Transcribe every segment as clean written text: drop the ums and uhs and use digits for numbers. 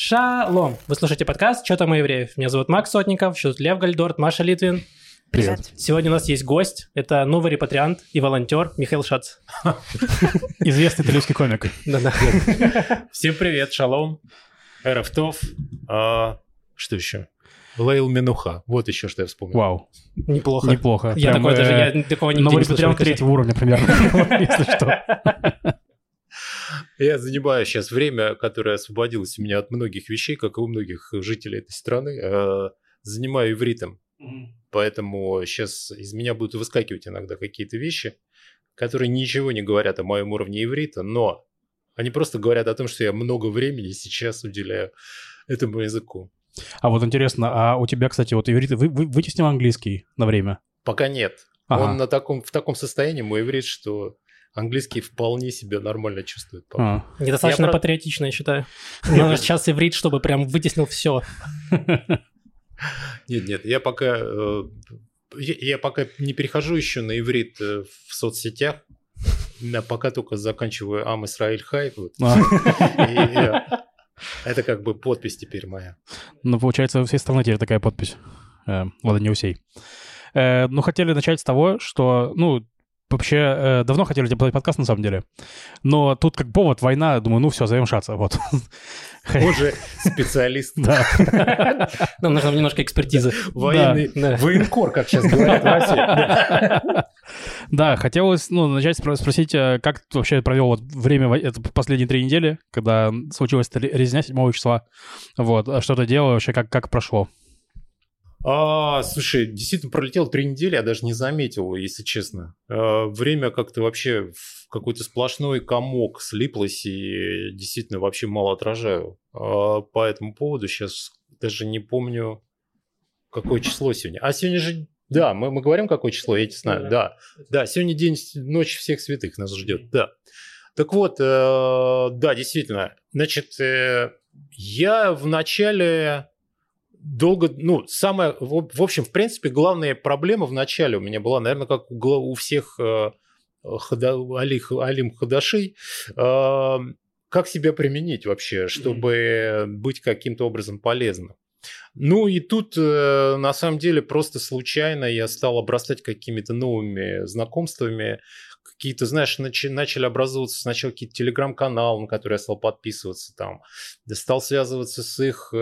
Шалом! Вы слушаете подкаст «Чё там у евреев?». Меня зовут Макс Сотников, еще тут Лев Гальдорт, Маша Литвин. Привет. Сегодня у нас есть гость. Это новый репатриант и волонтер Михаил Шац. Известный итальянский комик. Да-да. Всем привет, шалом, эрев тов. Что еще? Лейл Менуха. Вот еще что я вспомнил. Вау. Неплохо. Неплохо. Я такой даже, я такого нигде не слышал. Новый третьего уровня примерно, если что. Я занимаю сейчас время, которое освободилось у меня от многих вещей, как и у многих жителей этой страны. Занимаю ивритом. Поэтому сейчас из меня будут выскакивать иногда какие-то вещи, которые ничего не говорят о моем уровне иврита, но они просто говорят о том, что я много времени сейчас уделяю этому языку. А вот интересно, а у тебя, кстати, вот иврит вытеснил английский на время? Пока нет. Ага. Он в таком состоянии, мой иврит, что английский вполне себя нормально чувствует. Недостаточно патриотично, я считаю. Надо сейчас иврит, чтобы прям вытеснил все. Нет, я пока не перехожу еще на иврит в соцсетях. Я пока только заканчиваю Ам Исраэль Хай. Это как бы подпись теперь моя. Ну, получается, у всей страны теперь такая подпись. Ладно, не у всей. Ну, хотели начать с того, что, вообще, давно хотели делать подкаст, на самом деле. Но тут как повод, война, думаю, все, зовем Шаца, вот. Он же специалист. Да. Нам нужно немножко экспертизы. Военный военкор, как сейчас говорят в России. Да, хотелось начать спросить, как ты вообще провел вот время, это последние 3 недели, когда случилась резня 7 числа. Вот, что ты делал вообще, как прошло? Слушай, действительно пролетело 3 недели, я даже не заметил, если честно. Время как-то вообще в какой-то сплошной комок слиплось и действительно вообще мало отражаю. По этому поводу сейчас даже не помню, какое число сегодня. А сегодня же, да, мы говорим, какое число, я не знаю, да, сегодня день, ночь всех святых нас ждет, да. Так вот, да, действительно, значит, я в начале... Долго, в общем, в принципе, главная проблема в начале у меня была, наверное, как у всех алим хадашей, как себя применить вообще, чтобы быть каким-то образом полезным. Ну и тут, на самом деле, просто случайно я стал обрастать какими-то новыми знакомствами. Какие-то, знаешь, начали образовываться сначала какие-то телеграм-каналы, на которые я стал подписываться там. Стал связываться с их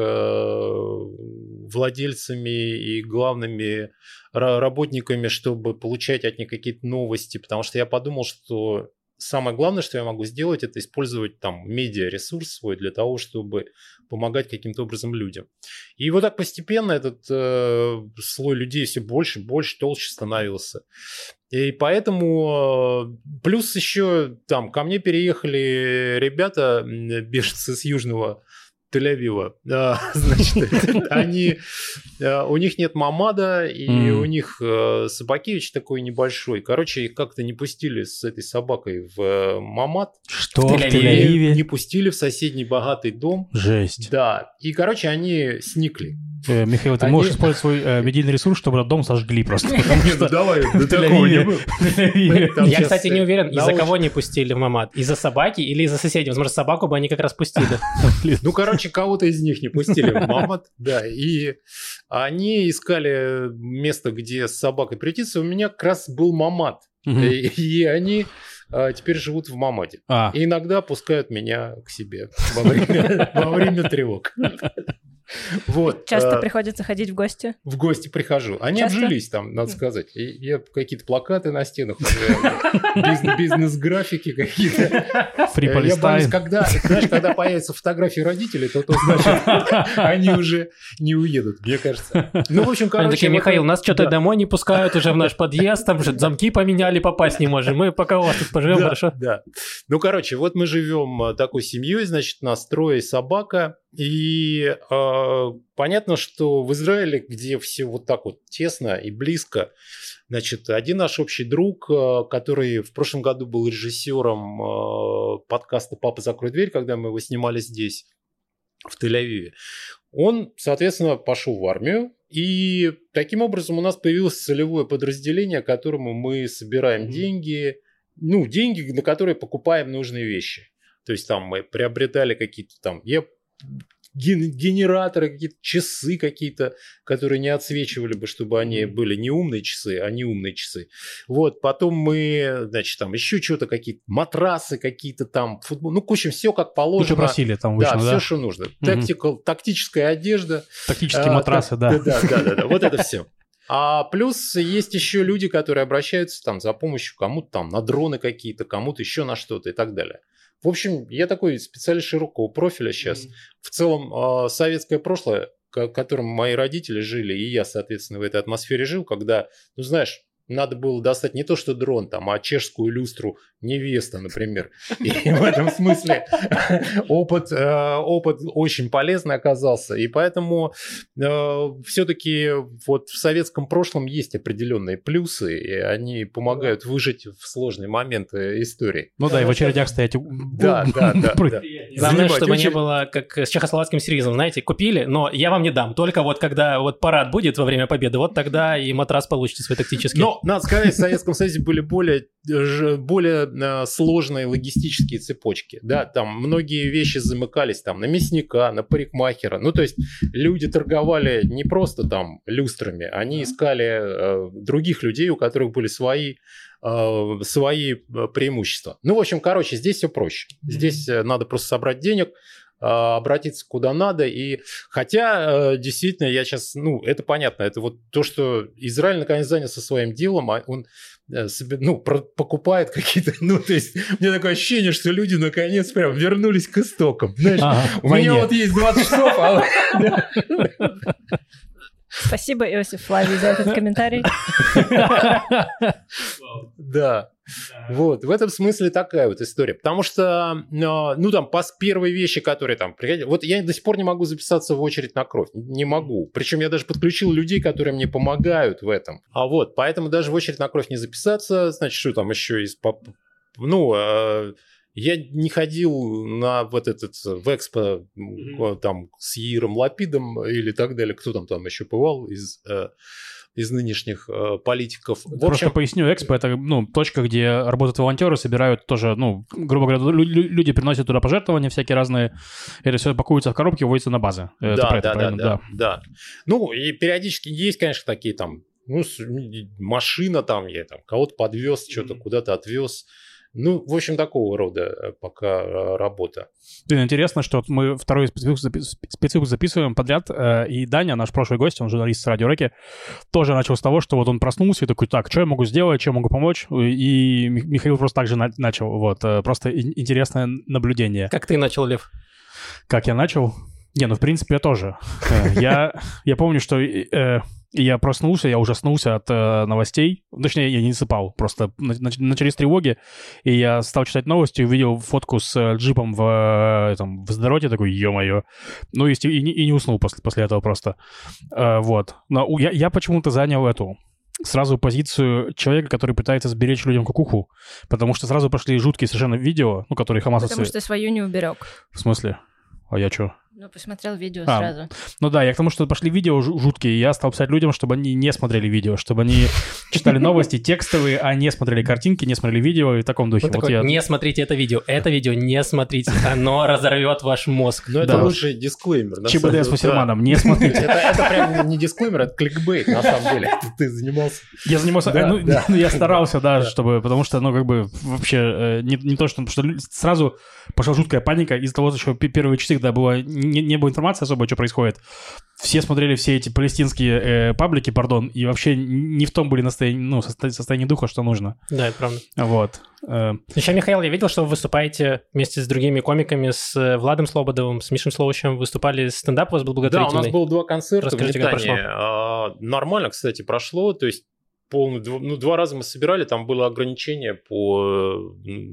владельцами и главными работниками, чтобы получать от них какие-то новости. Потому что я подумал, что самое главное, что я могу сделать, это использовать там медиаресурс свой для того, чтобы помогать каким-то образом людям. И вот так постепенно этот слой людей все больше, толще становился. И поэтому, плюс еще там ко мне переехали ребята, беженцы с Южного Тель-Авива. Значит, у них нет мамада, и у них собакевич такой небольшой. Короче, их как-то не пустили с этой собакой в мамад. Что? В Тель-Авиве? Не пустили в соседний богатый дом. Жесть. Да. И, короче, они сникли. Михаил, ты можешь использовать свой медийный ресурс, чтобы этот дом сожгли просто. Давай, до такого не было. Я, кстати, не уверен, из-за кого не пустили в мамад. Из-за собаки или из-за соседей? Возможно, собаку бы они как раз пустили. Ну, короче, кого-то из них не пустили в мамад. Да, и они искали место, где с собакой приютиться. У меня как раз был мамад. И они... теперь живут в мамаде. И иногда пускают меня к себе во время тревог. Вот. Часто приходится ходить в гости? В гости прихожу. Они обжились там, надо сказать. Я какие-то плакаты на стенах, бизнес-графики какие-то. Я боюсь, когда появятся фотографии родителей, то значит, они уже не уедут, мне кажется. Ну, в общем, короче... Такие, Михаил, нас что-то домой не пускают уже в наш подъезд, там же замки поменяли, попасть не можем. Мы пока у вас тут поживем, хорошо? Да. Ну, короче, вот мы живем такой семьей, значит, нас 3 собака. И понятно, что в Израиле, где все вот так вот тесно и близко, значит, один наш общий друг, который в прошлом году был режиссером подкаста «Папа, закрой дверь», когда мы его снимали здесь, в Тель-Авиве, он, соответственно, пошел в армию, и таким образом у нас появилось целевое подразделение, которому мы собираем деньги, на которые покупаем нужные вещи. То есть там мы приобретали какие-то там... генераторы, какие-то часы какие-то, которые не отсвечивали бы, чтобы они были не умные часы, а не умные часы. Вот, потом мы, значит, там еще что-то, какие-то матрасы какие-то там, футбол, ну, в общем, все как положено. Что просили там обычно, да? Все, что нужно. Тактическая одежда. Тактические матрасы, да. Да, вот это все. А плюс есть еще люди, которые обращаются там за помощью кому-то там на дроны какие-то, кому-то еще на что-то и так далее. В общем, я такой специалист широкого профиля сейчас. В целом, советское прошлое, в котором мои родители жили, и я, соответственно, в этой атмосфере жил, когда, ну, знаешь, надо было достать не то что дрон, там, а чешскую люстру невеста, например. И в этом смысле опыт очень полезный оказался. И поэтому все-таки вот в советском прошлом есть определенные плюсы, и они помогают выжить в сложные моменты истории. Ну да, и в очередях стоять. Да. Главное, чтобы не было как с чехословацким сервизом, знаете, купили, но я вам не дам. Только вот когда вот парад будет во время победы, вот тогда и матрас получите свой тактический. Но, надо сказать, в Советском Союзе были более сложные логистические цепочки. Да, там многие вещи замыкались там на мясника, на парикмахера. Ну, то есть люди торговали не просто там люстрами, они искали других людей, у которых были свои преимущества. Ну, в общем, короче, здесь все проще. Здесь надо просто собрать денег, обратиться куда надо. И хотя, действительно, я сейчас, ну, это понятно, это вот то, что Израиль наконец занялся своим делом, он покупает какие-то, ну, то есть, у меня такое ощущение, что люди наконец прям вернулись к истокам. Знаешь, у меня вот есть 20 часов, а... Спасибо, Иосиф Флавий, за этот комментарий. Да. Вот, в этом смысле такая вот история. Потому что, ну, там, первые вещи, которые там приходили... Вот я до сих пор не могу записаться в очередь на кровь. Не могу. Причем я даже подключил людей, которые мне помогают в этом. А вот, поэтому даже в очередь на кровь не записаться, значит, что там еще из... Ну, я не ходил на вот этот, в экспо, там, с Яиром Лапидом или так далее. Кто там еще бывал из нынешних политиков. Просто поясню, экспо — это, ну, точка, где работают волонтеры, собирают тоже, ну, грубо говоря, люди приносят туда пожертвования всякие разные, это все пакуется в коробки, вводится на базы. Да. Ну, и периодически есть, конечно, такие там, ну, машина там, я там кого-то подвез, что-то куда-то отвез. Ну, в общем, такого рода пока работа. Блин, интересно, что мы второй спецвыпуск записываем подряд, и Даня, наш прошлый гость, он журналист с Радио Рэки, тоже начал с того, что вот он проснулся и такой, так, что я могу сделать, чем могу помочь, и Михаил просто так же начал, вот, просто интересное наблюдение. Как ты начал, Лев? Как я начал? Не, ну, в принципе, я тоже. Я помню, что... Я проснулся, я ужаснулся от новостей. Точнее, я не спал. Просто начались тревоги, и я стал читать новости, увидел фотку с джипом в Здороте, такой, ё-моё. Ну, и не уснул после этого просто. Вот. Но я почему-то занял сразу позицию человека, который пытается сберечь людям кукуху, потому что сразу пошли жуткие совершенно видео, ну, которые хамасовцы... Потому что свою не уберег. В смысле? А я чё? Ну, посмотрел видео сразу. Ну да, я к тому, что пошли видео жуткие, и я стал писать людям, чтобы они не смотрели видео, чтобы они читали новости текстовые, а не смотрели картинки, не смотрели видео и в таком духе. Вот такой, не смотрите это видео не смотрите, оно разорвет ваш мозг. Ну, это лучший дисклеймер. ЧБД с Вассерманом, не смотрите. Это прям не дисклеймер, это кликбейт, на самом деле. Ты занимался. Я занимался, я старался, да, чтобы, потому что, ну, как бы, вообще, не то, что сразу пошла жуткая паника из-за того, что первые часы, когда не было информации особо, что происходит. Все смотрели все эти палестинские паблики, и вообще не в том были состоянии духа, что нужно. Да, это правда. Вот. Еще, Михаил, я видел, что вы выступаете вместе с другими комиками, с Владом Слободовым, с Мишей Словичем, выступали, стендап у вас был благотворительный. Да, у нас было 2 концерта. Расскажите, как прошло. Нормально, кстати, прошло, то есть 2 раза мы собирали, там было ограничение по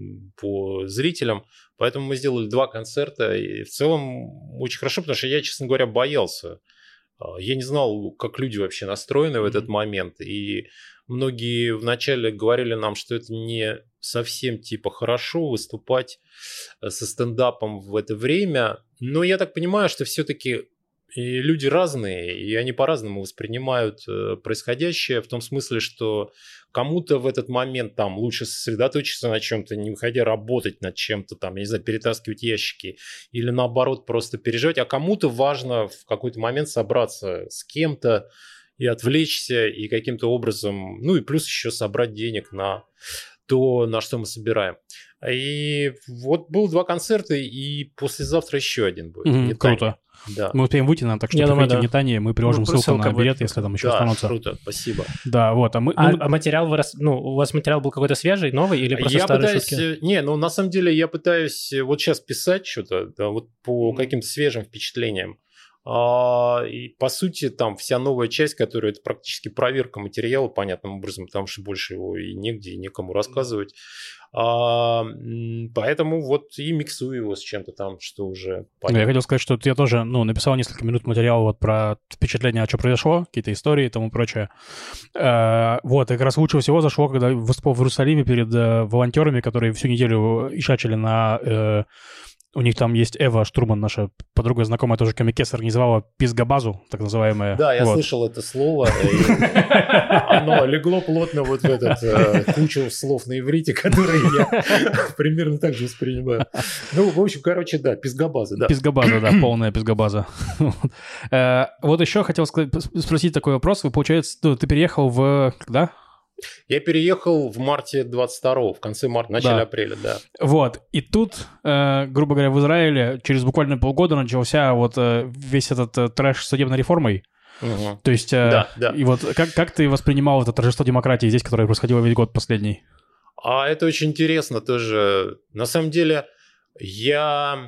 зрителям, поэтому мы сделали 2 концерта, и в целом очень хорошо, потому что я, честно говоря, боялся. Я не знал, как люди вообще настроены в этот момент, и многие вначале говорили нам, что это не совсем типа хорошо выступать со стендапом в это время, но я так понимаю, что все-таки И люди разные, и они по-разному воспринимают происходящее, в том смысле, что кому-то в этот момент там лучше сосредоточиться на чем-то, не выходя работать над чем-то, там, я не знаю, перетаскивать ящики, или наоборот просто переживать, а кому-то важно в какой-то момент собраться с кем-то и отвлечься, и каким-то образом, ну и плюс еще собрать денег на то, на что мы собираем. И вот было 2 концерта, и послезавтра еще один будет. Круто. Да. Мы успеем выйти, так что приходите в Нетании, мы приложим ссылку на билет, если там еще останутся. Круто, спасибо. Да, вот. А материал у вас материал был какой-то свежий, новый или просто старые шутки? Не, на самом деле я пытаюсь вот сейчас писать что-то, да, вот по каким-то свежим впечатлениям. И по сути там вся новая часть, которая это практически проверка материала понятным образом, потому что больше его и негде, и некому рассказывать. Поэтому вот и миксую его с чем-то там, что уже понятно. Я хотел сказать, что я тоже написал несколько минут материала вот про впечатление, что произошло, какие-то истории и тому прочее. Вот, и как раз лучше всего зашло, когда выступал в Иерусалиме перед волонтерами, которые всю неделю ишачили на... У них там есть Эва Штурман, наша подруга знакомая, тоже комикес, организовала пизгабазу, так называемая. Да, я слышал это слово. Оно легло плотно вот в этот кучу слов на иврите, которые я примерно так же воспринимаю. Ну, в общем, короче, да, пизгабаза, да. Пизгабаза, да, полная пизгабаза. Вот еще хотел спросить такой вопрос. Вы, получается, ты переехал когда? Я переехал в марте 22-го, в конце марта, начале апреля, да. Вот, и тут, грубо говоря, в Израиле через буквально полгода начался вот весь этот трэш с судебной реформой. Угу. То есть, да. И вот как ты воспринимал это торжество демократии здесь, которое происходило весь год последний? Это очень интересно тоже. На самом деле, я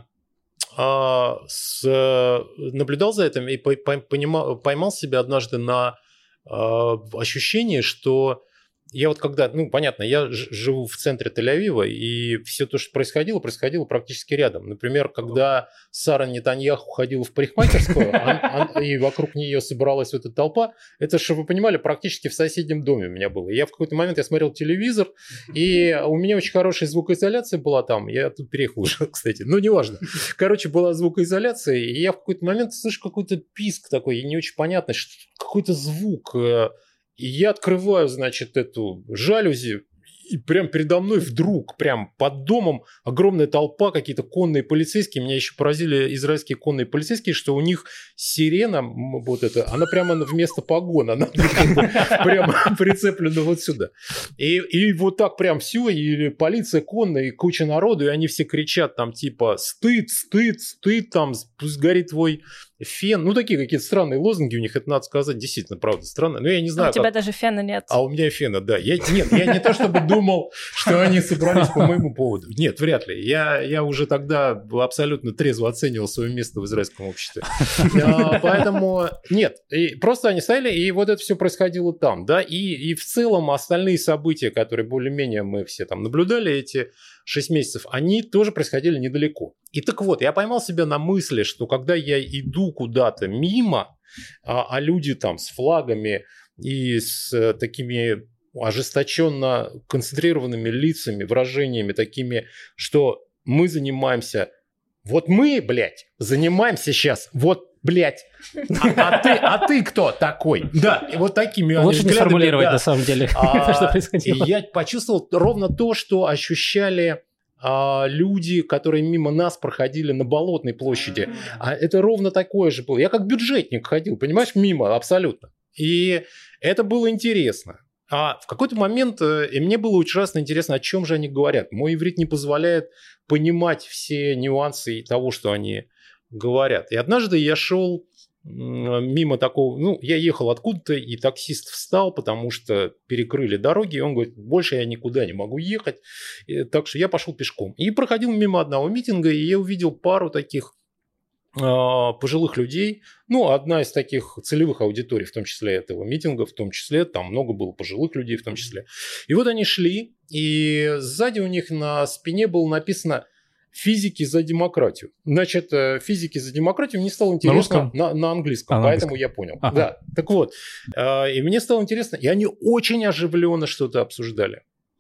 наблюдал за этим и поймал себя однажды на ощущении, что я вот когда, понятно, я живу в центре Тель-Авива, и все то, что происходило практически рядом. Например, когда Сара Нетаньяху ходила в парикмахерскую, и вокруг нее собралась вот эта толпа, это, чтобы вы понимали, практически в соседнем доме у меня было. Я в какой-то момент смотрел телевизор, и у меня очень хорошая звукоизоляция была там. Я тут переехал уже, кстати, неважно. Короче, была звукоизоляция, и я в какой-то момент слышу какой-то писк такой, не очень понятный, какой-то звук. И я открываю, значит, эту жалюзи, и прям передо мной вдруг, прям под домом огромная толпа, какие-то конные полицейские. Меня еще поразили израильские конные полицейские, что у них сирена, вот эта, она прямо вместо погона, она прямо прицеплена вот сюда. И вот так прям все, и полиция конная, и куча народу, и они все кричат там типа «стыд, стыд, стыд», там «пусть горит твой фен». Такие какие-то странные лозунги у них, это надо сказать, действительно, правда, странно. Но я не знаю. У тебя даже фена нет. А у меня фена, да. Я не то чтобы думал, что они собрались по моему поводу. Нет, вряд ли. Я уже тогда абсолютно трезво оценивал свое место в израильском обществе. Поэтому нет. Просто они стояли, и вот это все происходило там, да. И в целом остальные события, которые более-менее мы все там наблюдали, эти 6 месяцев, они тоже происходили недалеко. И так вот, я поймал себя на мысли, что когда я иду куда-то мимо, а люди там с флагами и с такими ожесточенно концентрированными лицами, выражениями такими, что мы занимаемся... Вот мы, блядь, занимаемся сейчас... Вот, блядь, а ты кто такой? Да, и вот такими лучше не сформулировать, на самом деле, что происходило. И я почувствовал ровно то, что ощущали люди, которые мимо нас проходили на Болотной площади. А это ровно такое же было. Я как бюджетник ходил, понимаешь, мимо абсолютно. И это было интересно. А в какой-то момент и мне было ужасно интересно, о чем же они говорят. Мой иврит не позволяет понимать все нюансы того, что они говорят. И однажды я шел мимо такого... я ехал откуда-то, и таксист встал, потому что перекрыли дороги, и он говорит, больше я никуда не могу ехать. Так что я пошел пешком. И проходил мимо одного митинга, и я увидел пару таких пожилых людей, одна из таких целевых аудиторий, в том числе этого митинга, в том числе, там много было пожилых людей в том числе. И вот они шли, и сзади у них на спине было написано «Физики за демократию». Значит, «Физики за демократию» мне стало интересно на английском, поэтому я понял. Ага. Да, так вот, и мне стало интересно, и они очень оживленно что-то обсуждали.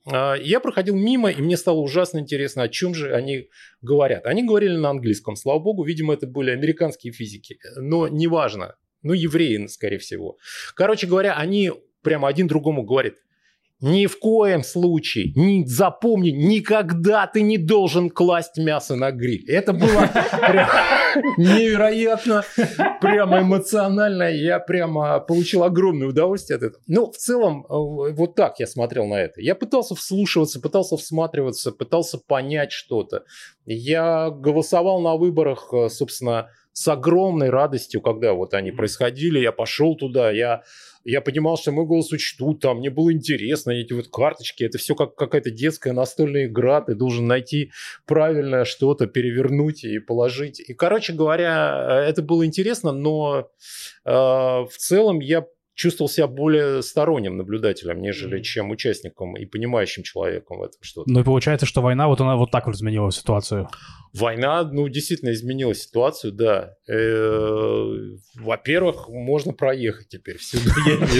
я проходил мимо, и мне стало ужасно интересно, о чем же они говорят. Они говорили на английском. Слава богу, видимо, это были американские физики. Но неважно. Ну, евреи, скорее всего. Короче говоря, они прямо один другому говорят: ни в коем случае, запомни, никогда ты не должен класть мясо на гриль. Это было прям невероятно, прямо эмоционально. Я прямо получил огромное удовольствие от этого. Ну, в целом, вот так я смотрел на это. Я пытался вслушиваться, пытался всматриваться, пытался понять что-то. Я голосовал на выборах, собственно, с огромной радостью, когда вот они происходили. Я пошел туда, я понимал, что мой голос учтут, там, мне было интересно, эти вот карточки, это все как какая-то детская настольная игра, ты должен найти правильное что-то, перевернуть и положить. И, короче говоря, это было интересно, но в целом я чувствовал себя более сторонним наблюдателем, нежели чем участником и понимающим человеком в этом что-то. Ну и получается, что война, вот она вот так вот изменила ситуацию. Война, ну, действительно изменила ситуацию, да. Во-первых, можно проехать теперь всюду.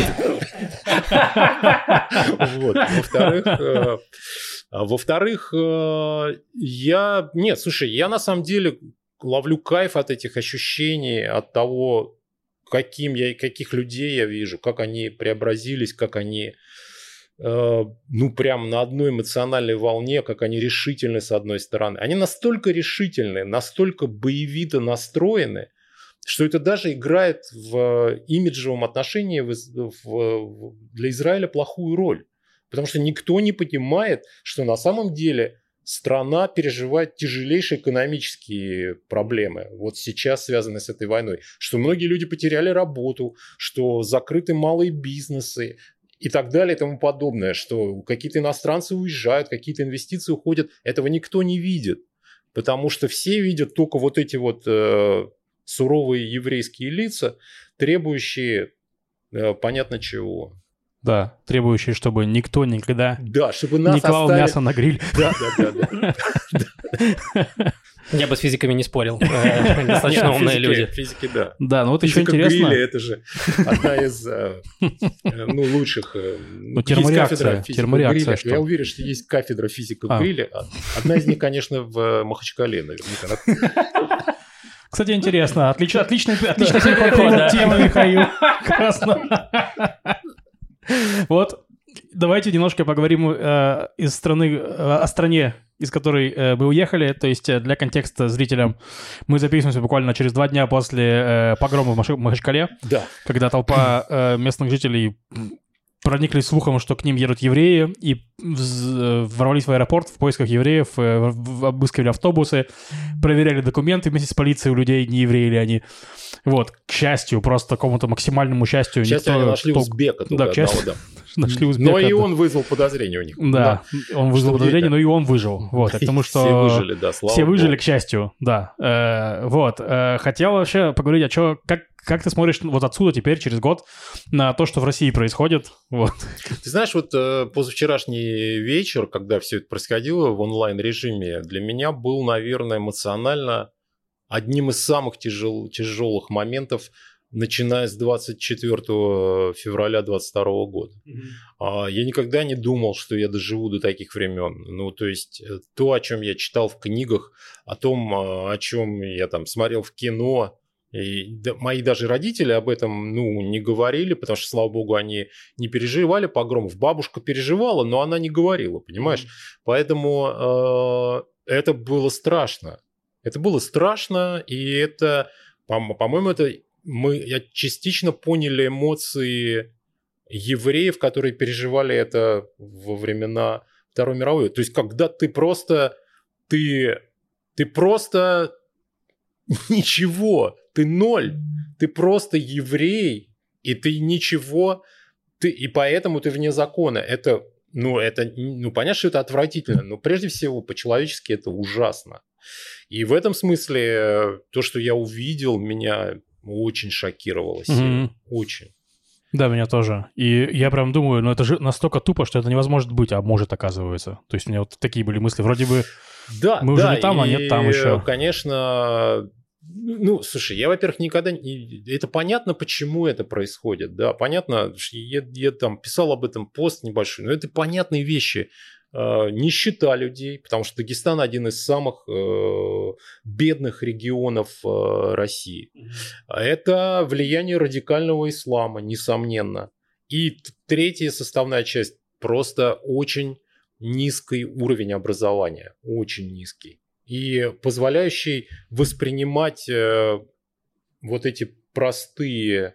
Во-вторых, Нет, слушай, я на самом деле ловлю кайф от этих ощущений, от того, каких людей я вижу, как они преобразились, как они... ну, прям на одной эмоциональной волне, как они решительны с одной стороны. Они настолько решительны, настолько боевито настроены, что это даже играет в имиджевом отношении для Израиля плохую роль. Потому что никто не понимает, что на самом деле страна переживает тяжелейшие экономические проблемы. Вот сейчас связанные с этой войной. Что многие люди потеряли работу, что закрыты малые бизнесы, и так далее и тому подобное, что какие-то иностранцы уезжают, какие-то инвестиции уходят. Этого никто не видит, потому что все видят только вот эти вот суровые еврейские лица, требующие понятно чего. Да, требующие, чтобы никто никогда чтобы нас не клал мясо на гриль. Да. Я бы с физиками не спорил. Достаточно умные люди. Физики, да. Да, ну вот еще интересно. Гриля, это же одна из лучших. Термореакция. Я уверен, что есть кафедра физиков гриля. Одна из них, конечно, в Махачкале, наверняка. Кстати, интересно. Отличный переход от темы, Михаил. Красно. Вот, давайте немножко поговорим о стране, из которой мы уехали. То есть для контекста зрителям мы записываемся буквально через 2 дня после погрома в Махачкале, когда толпа местных жителей прониклись слухом, что к ним едут евреи, и ворвались в аэропорт в поисках евреев, обыскивали автобусы, проверяли документы вместе с полицией у людей, не евреи ли они. Вот, к счастью, просто такому-то максимальному счастью. К счастью, они нашли узбека. Да, к счастью, нашли узбека. Но и он вызвал подозрение у них. Да, он вызвал подозрение, но и он выжил. Вот, потому что... Все выжили, да, слава Все выжили, Богу. к счастью, да. Вот, хотел вообще поговорить, как ты смотришь вот отсюда теперь, через год, на то, что в России происходит? Вот. Ты знаешь, вот позавчерашний вечер, когда все это происходило в онлайн-режиме, для меня был, наверное, эмоционально одним из самых тяжелых моментов, начиная с 24 февраля 2022 года. Я никогда не думал, что я доживу до таких времен. Ну, то есть, то, о чем я читал в книгах, о том, о чем я там смотрел в кино, и мои даже родители об этом, не говорили, потому что, слава богу, они не переживали погромов. Бабушка переживала, но она не говорила, понимаешь? Поэтому это было страшно. Это было страшно, и это, по-моему, мы частично поняли эмоции евреев, которые переживали это во времена Второй мировой. То есть, когда ты просто ничего, ты ноль, ты просто еврей, и ты ничего, и поэтому ты вне закона. Это, понятно, что это отвратительно, но прежде всего по-человечески это ужасно. И в этом смысле то, что я увидел, меня очень шокировало сильно. Очень. Да, меня тоже. И я прям думаю, это же настолько тупо, что это не может быть, а может, оказывается. То есть у меня вот такие были мысли. Вроде бы мы уже не там, а нет там еще. Конечно, слушай, я, во-первых, никогда... Это понятно, почему это происходит, да, понятно, я там писал об этом пост небольшой, но это понятные вещи. нищета людей, потому что Дагестан один из самых бедных регионов России. Это влияние радикального ислама, несомненно. И третья составная часть – просто очень низкий уровень образования, очень низкий. И позволяющий воспринимать вот эти простые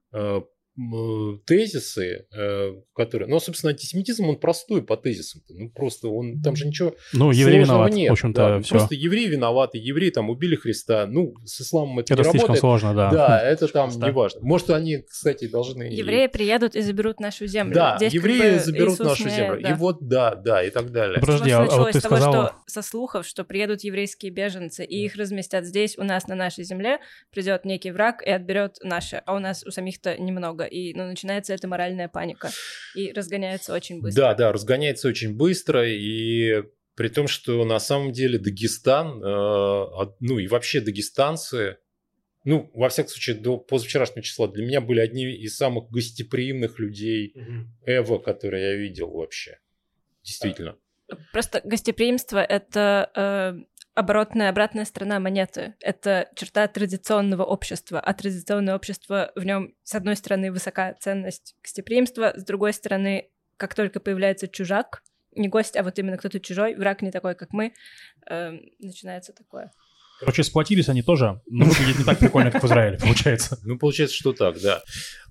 тезисы, которые... Ну, собственно, антисемитизм, он простой по тезисам. Ну, просто он... Там же ничего евреи виноваты, нет. В общем-то, да, все. Просто евреи виноваты, евреи там убили Христа. Ну, с исламом это не слишком работает. сложно, да. Да, это там не важно. Может, они, кстати, должны... Евреи приедут и заберут нашу землю. Да, Здесь евреи заберут Иисус нашу землю. Да. И вот, да, и так далее. Подожди, а вот ты с того, сказала... что со слухов, что приедут еврейские беженцы, и их разместят здесь, у нас на нашей земле, придет некий враг и отберет наши, а у нас у самих-то немного. И начинается эта моральная паника. И разгоняется очень быстро. Да, разгоняется очень быстро, и при том, что на самом деле Дагестан, и вообще дагестанцы, во всяком случае, до позавчерашнего числа для меня были одни из самых гостеприимных людей которые я видел вообще. Действительно. Просто гостеприимство — это обратная сторона монеты. Это черта традиционного общества, а традиционное общество, в нем с одной стороны высока ценность гостеприимства, с другой стороны, как только появляется чужак, не гость, а вот именно кто-то чужой, враг не такой, как мы, начинается такое. Короче, сплотились они тоже, но выглядит не так прикольно, как в Израиле, получается. Получается, что так, да.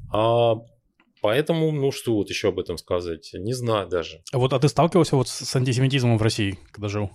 Поэтому, что вот еще об этом сказать? Не знаю даже. А ты сталкивался с антисемитизмом в России, когда жил?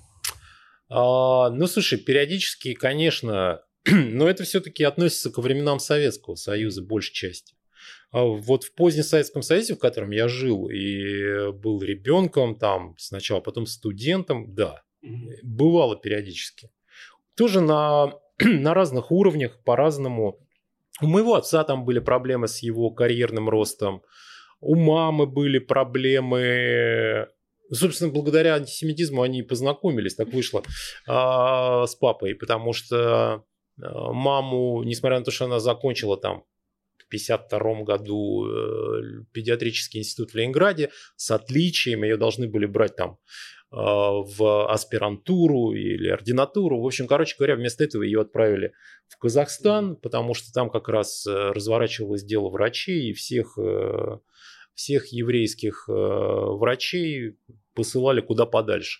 Слушай, периодически, конечно, но это все-таки относится ко временам Советского Союза, большей части. Вот в позднем Советском Союзе, в котором я жил и был ребенком там сначала, потом студентом, да, бывало периодически. Тоже на разных уровнях, по-разному. У моего отца там были проблемы с его карьерным ростом, у мамы были проблемы... Собственно, благодаря антисемитизму они и познакомились, так вышло, с папой, потому что маму, несмотря на то, что она закончила там в 1952 году педиатрический институт в Ленинграде с отличием, ее должны были брать там в аспирантуру или ординатуру. В общем, короче говоря, вместо этого ее отправили в Казахстан, потому что там как раз разворачивалось дело врачей, и всех еврейских врачей посылали куда подальше.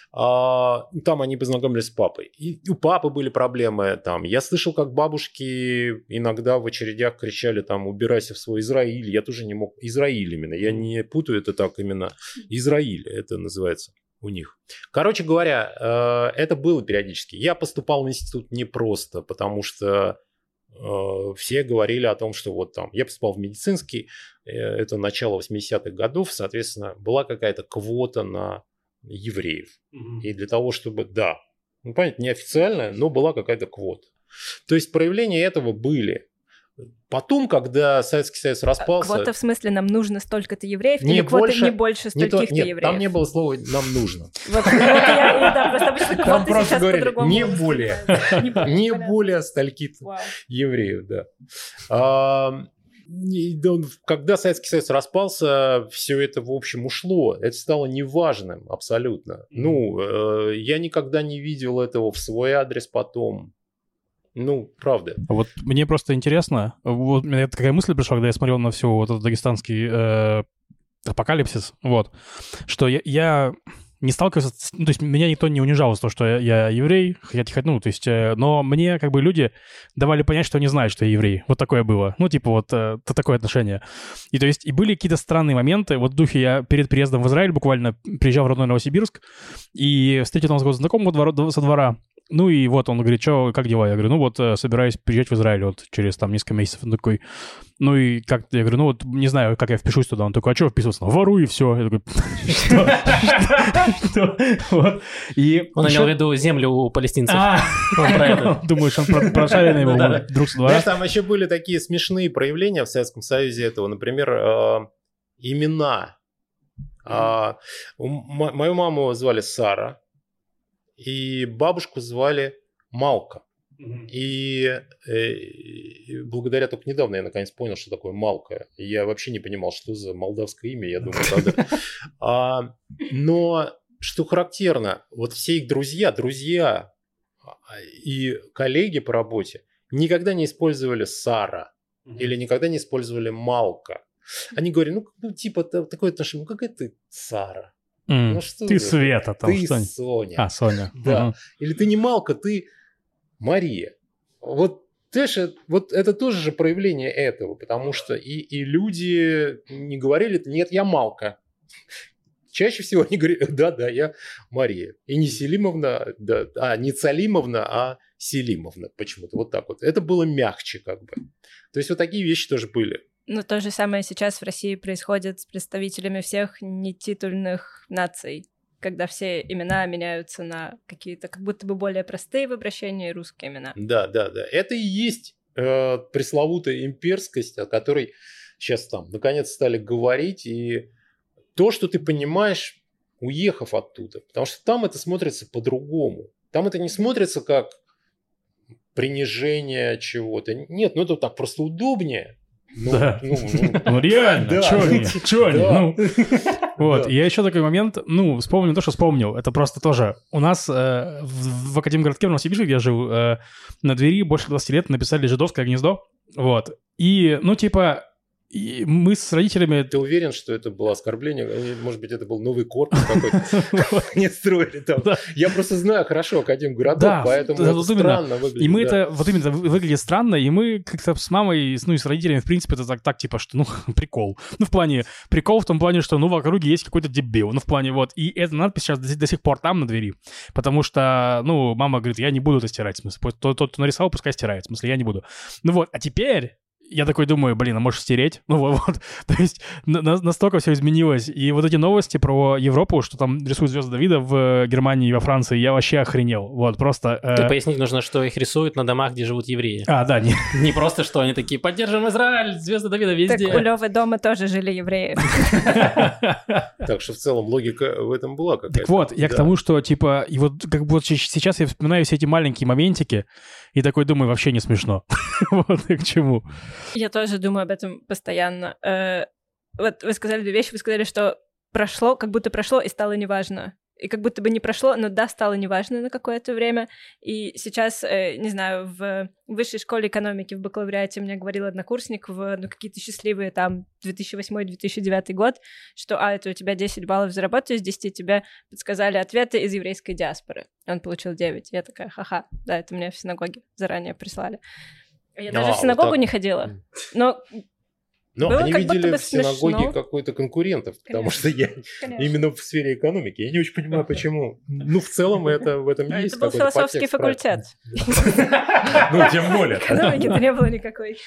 Там они познакомились с папой. И у папы были проблемы там. Я слышал, как бабушки иногда в очередях кричали там: убирайся в свой Израиль. Я тоже не мог. Израиль именно. Я не путаю это так именно. Израиль это называется у них. Короче говоря, это было периодически. Я поступал в институт не просто, потому что все говорили о том, что вот там я поступал в медицинский, это начало 80-х годов, соответственно, была какая-то квота на евреев. И для того, чтобы, понятно, неофициальная, но была какая-то квота. То есть проявления этого были. Потом, когда Советский Союз распался... Квота в смысле нам нужно столько-то евреев? Не или квота больше, не больше стольких-то нет, евреев? там не было слова «нам нужно». Просто обычно Там квоты просто сейчас говорили по-другому. не более стольких-то евреев, да. Когда Советский Союз распался, все это, в общем, ушло. Это стало неважным абсолютно. Я никогда не видел этого в свой адрес потом. Правда. Вот мне просто интересно, вот у меня такая мысль пришла, когда я смотрел на все вот этот дагестанский апокалипсис, что я не сталкивался, то есть меня никто не унижал за то, что я еврей, но мне как бы люди давали понять, что они знают, что я еврей. Вот такое было. Такое отношение. И то есть и были какие-то странные моменты. Вот в духе я перед приездом в Израиль буквально приезжал в родной Новосибирск и встретил там знакомого со двора. И вот он говорит: что, как дела? Я говорю: собираюсь приезжать в Израиль через там несколько месяцев. Он такой: и как? Я говорю: не знаю, как я впишусь туда. Он такой: а что вписываться? Воруй, и все. Я такой: что? Он имел в виду землю у палестинцев. Думаешь, он прошаренный был друг со двора? Знаешь, там еще были такие смешные проявления в Советском Союзе этого. Например, имена. Мою маму звали Сара, и бабушку звали Малка. И благодаря только недавно я наконец понял, что такое Малка. Я вообще не понимал, что за молдавское имя, я думаю, тогда. Но что характерно, вот все их друзья и коллеги по работе никогда не использовали Сара или никогда не использовали Малка. Они говорят, типа такое отношение, какая ты Сара? Что ты Света, там ты Соня. Соня. Да. Или ты не Малка, ты Мария. Вот это тоже же проявление этого, потому что и люди не говорили, нет, я Малка. Чаще всего они говорят, да, я Мария. И не Селимовна, не Цалимовна, а Селимовна почему-то. Вот так вот. Это было мягче как бы. То есть вот такие вещи тоже были. Ну, то же самое сейчас в России происходит с представителями всех нетитульных наций, когда все имена меняются на какие-то как будто бы более простые в обращении русские имена. Да. Это и есть пресловутая имперскость, о которой сейчас там наконец стали говорить, и то, что ты понимаешь, уехав оттуда. Потому что там это смотрится по-другому. Там это не смотрится как принижение чего-то. Нет, это так просто удобнее. Реально, чё они? Вот, я еще такой момент, вспомнил то, что вспомнил. Это просто тоже у нас в Академгородке в Новосибирске, где я жил, на двери больше 20 лет написали «Жидовское гнездо». Вот. И, и мы с родителями... Ты уверен, что это было оскорбление? Может быть, это был новый корпус какой-то? Не строили там. Я просто знаю хорошо Академгородок, поэтому это странно выглядит. И мы это, вот именно, выглядит странно, и мы как-то с мамой, и с родителями, в принципе, это так типа, что, прикол. В плане, прикол в том плане, что, в округе есть какой-то дебил. В плане, вот. И эта надпись сейчас до сих пор там, на двери. Потому что, мама говорит, я не буду это стирать. В смысле, тот, кто нарисовал, пускай стирает. В смысле, я не буду. А теперь... Я такой думаю, а можешь стереть? То есть настолько все изменилось. И вот эти новости про Европу, что там рисуют звезды Давида в Германии и во Франции, я вообще охренел. Вот, просто... Тут пояснить нужно, что их рисуют на домах, где живут евреи. Да. Не просто, что они такие, поддержим Израиль, звезды Давида везде. Так у Лёвы дома тоже жили евреи. Так что в целом логика в этом была какая-то. Так вот, я к тому, что, типа, и вот как бы сейчас я вспоминаю все эти маленькие моментики, и такой думаю, вообще не смешно. Вот и к чему. Я тоже думаю об этом постоянно. Вот вы сказали две вещи. Вы сказали, что прошло, как будто прошло и стало неважно. И как будто бы не прошло, но да, стало неважно на какое-то время. И сейчас, не знаю, в высшей школе экономики в бакалавриате мне говорил однокурсник в какие-то счастливые там 2008-2009 год, что это у тебя 10 баллов за работу, из 10 тебе подсказали ответы из еврейской диаспоры. Он получил 9. Я такая, ха-ха, да, это мне в синагоге заранее прислали. Я даже в синагогу не ходила. Но они видели в синагоге какой-то конкурентов, потому что я именно в сфере экономики. Я не очень понимаю, почему. В целом это в этом есть. Это был философский факультет. Тем более. Экономики-то не было никакой.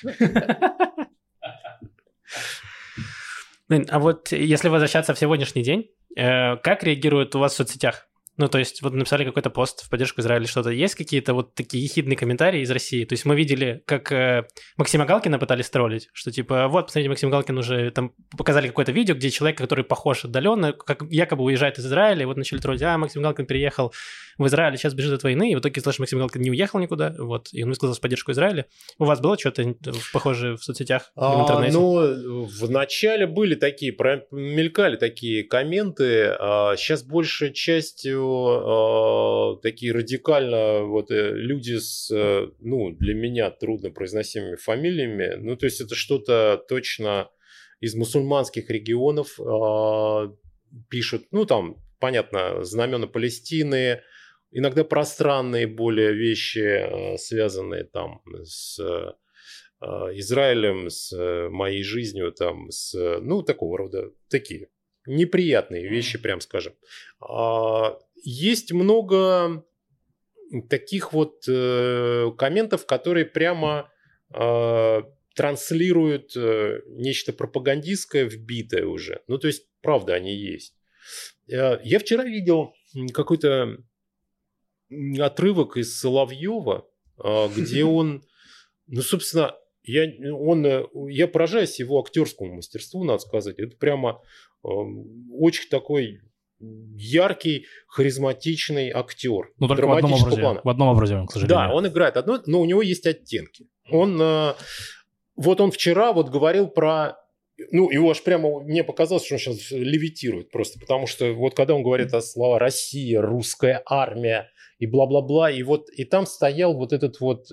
А вот если возвращаться в сегодняшний день, как реагируют у вас в соцсетях? То есть вот написали какой-то пост в поддержку Израиля, что-то. Есть какие-то вот такие ехидные комментарии из России? То есть мы видели, как Максима Галкина пытались троллить, что типа, вот, посмотрите, Максим Галкин уже там показали какое-то видео, где человек, который похож отдаленно, как якобы уезжает из Израиля, и вот начали троллить, Максим Галкин переехал в Израиль, сейчас бежит от войны, и в итоге, слышишь, Максим Галкин не уехал никуда, вот, и он высказался в поддержку Израиля. У вас было что-то похожее в соцсетях, в интернете? В начале были такие, мелькали такие комменты, сейчас большая частью такие радикально люди с, для меня трудно произносимыми фамилиями, то есть это что-то точно из мусульманских регионов пишут, там, понятно, знамена Палестины, иногда пространные более вещи, связанные там с Израилем, с моей жизнью, там, с, такого рода, такие неприятные вещи, прям скажем. Есть много таких комментов, которые прямо транслируют нечто пропагандистское, вбитое уже. То есть, правда, они есть. Я вчера видел какой-то отрывок из Соловьева, где он, собственно, я поражаюсь его актерскому мастерству, надо сказать. Это прямо очень такой яркий, харизматичный актер. Ну, только в одном образе. Плана. В одном образе, к сожалению. Да, он играет одно, но у него есть оттенки. Он вчера говорил про... Ну, его аж прямо мне показалось, что он сейчас левитирует просто, потому что вот когда он говорит о слова «Россия», «русская армия» и бла-бла-бла, и там стоял вот этот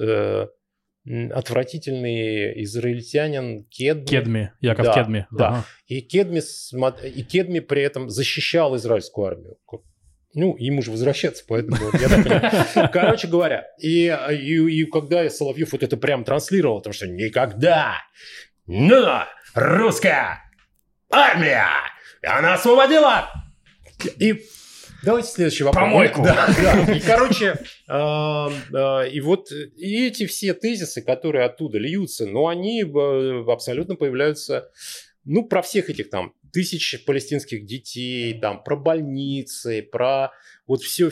отвратительный израильтянин Кедми. Яков Кедми. Да, Ага. и Кедми при этом защищал израильскую армию. Ну, ему же возвращаться, поэтому я так понимаю. Короче говоря, и когда Соловьев вот это прям транслировал, потому что никогда, русская армия, она освободила. И давайте следующий вопрос. Помойку. Да. И, короче, и эти все тезисы, которые оттуда льются, но они абсолютно появляются, про всех этих там тысяч палестинских детей, там, про больницы, про все.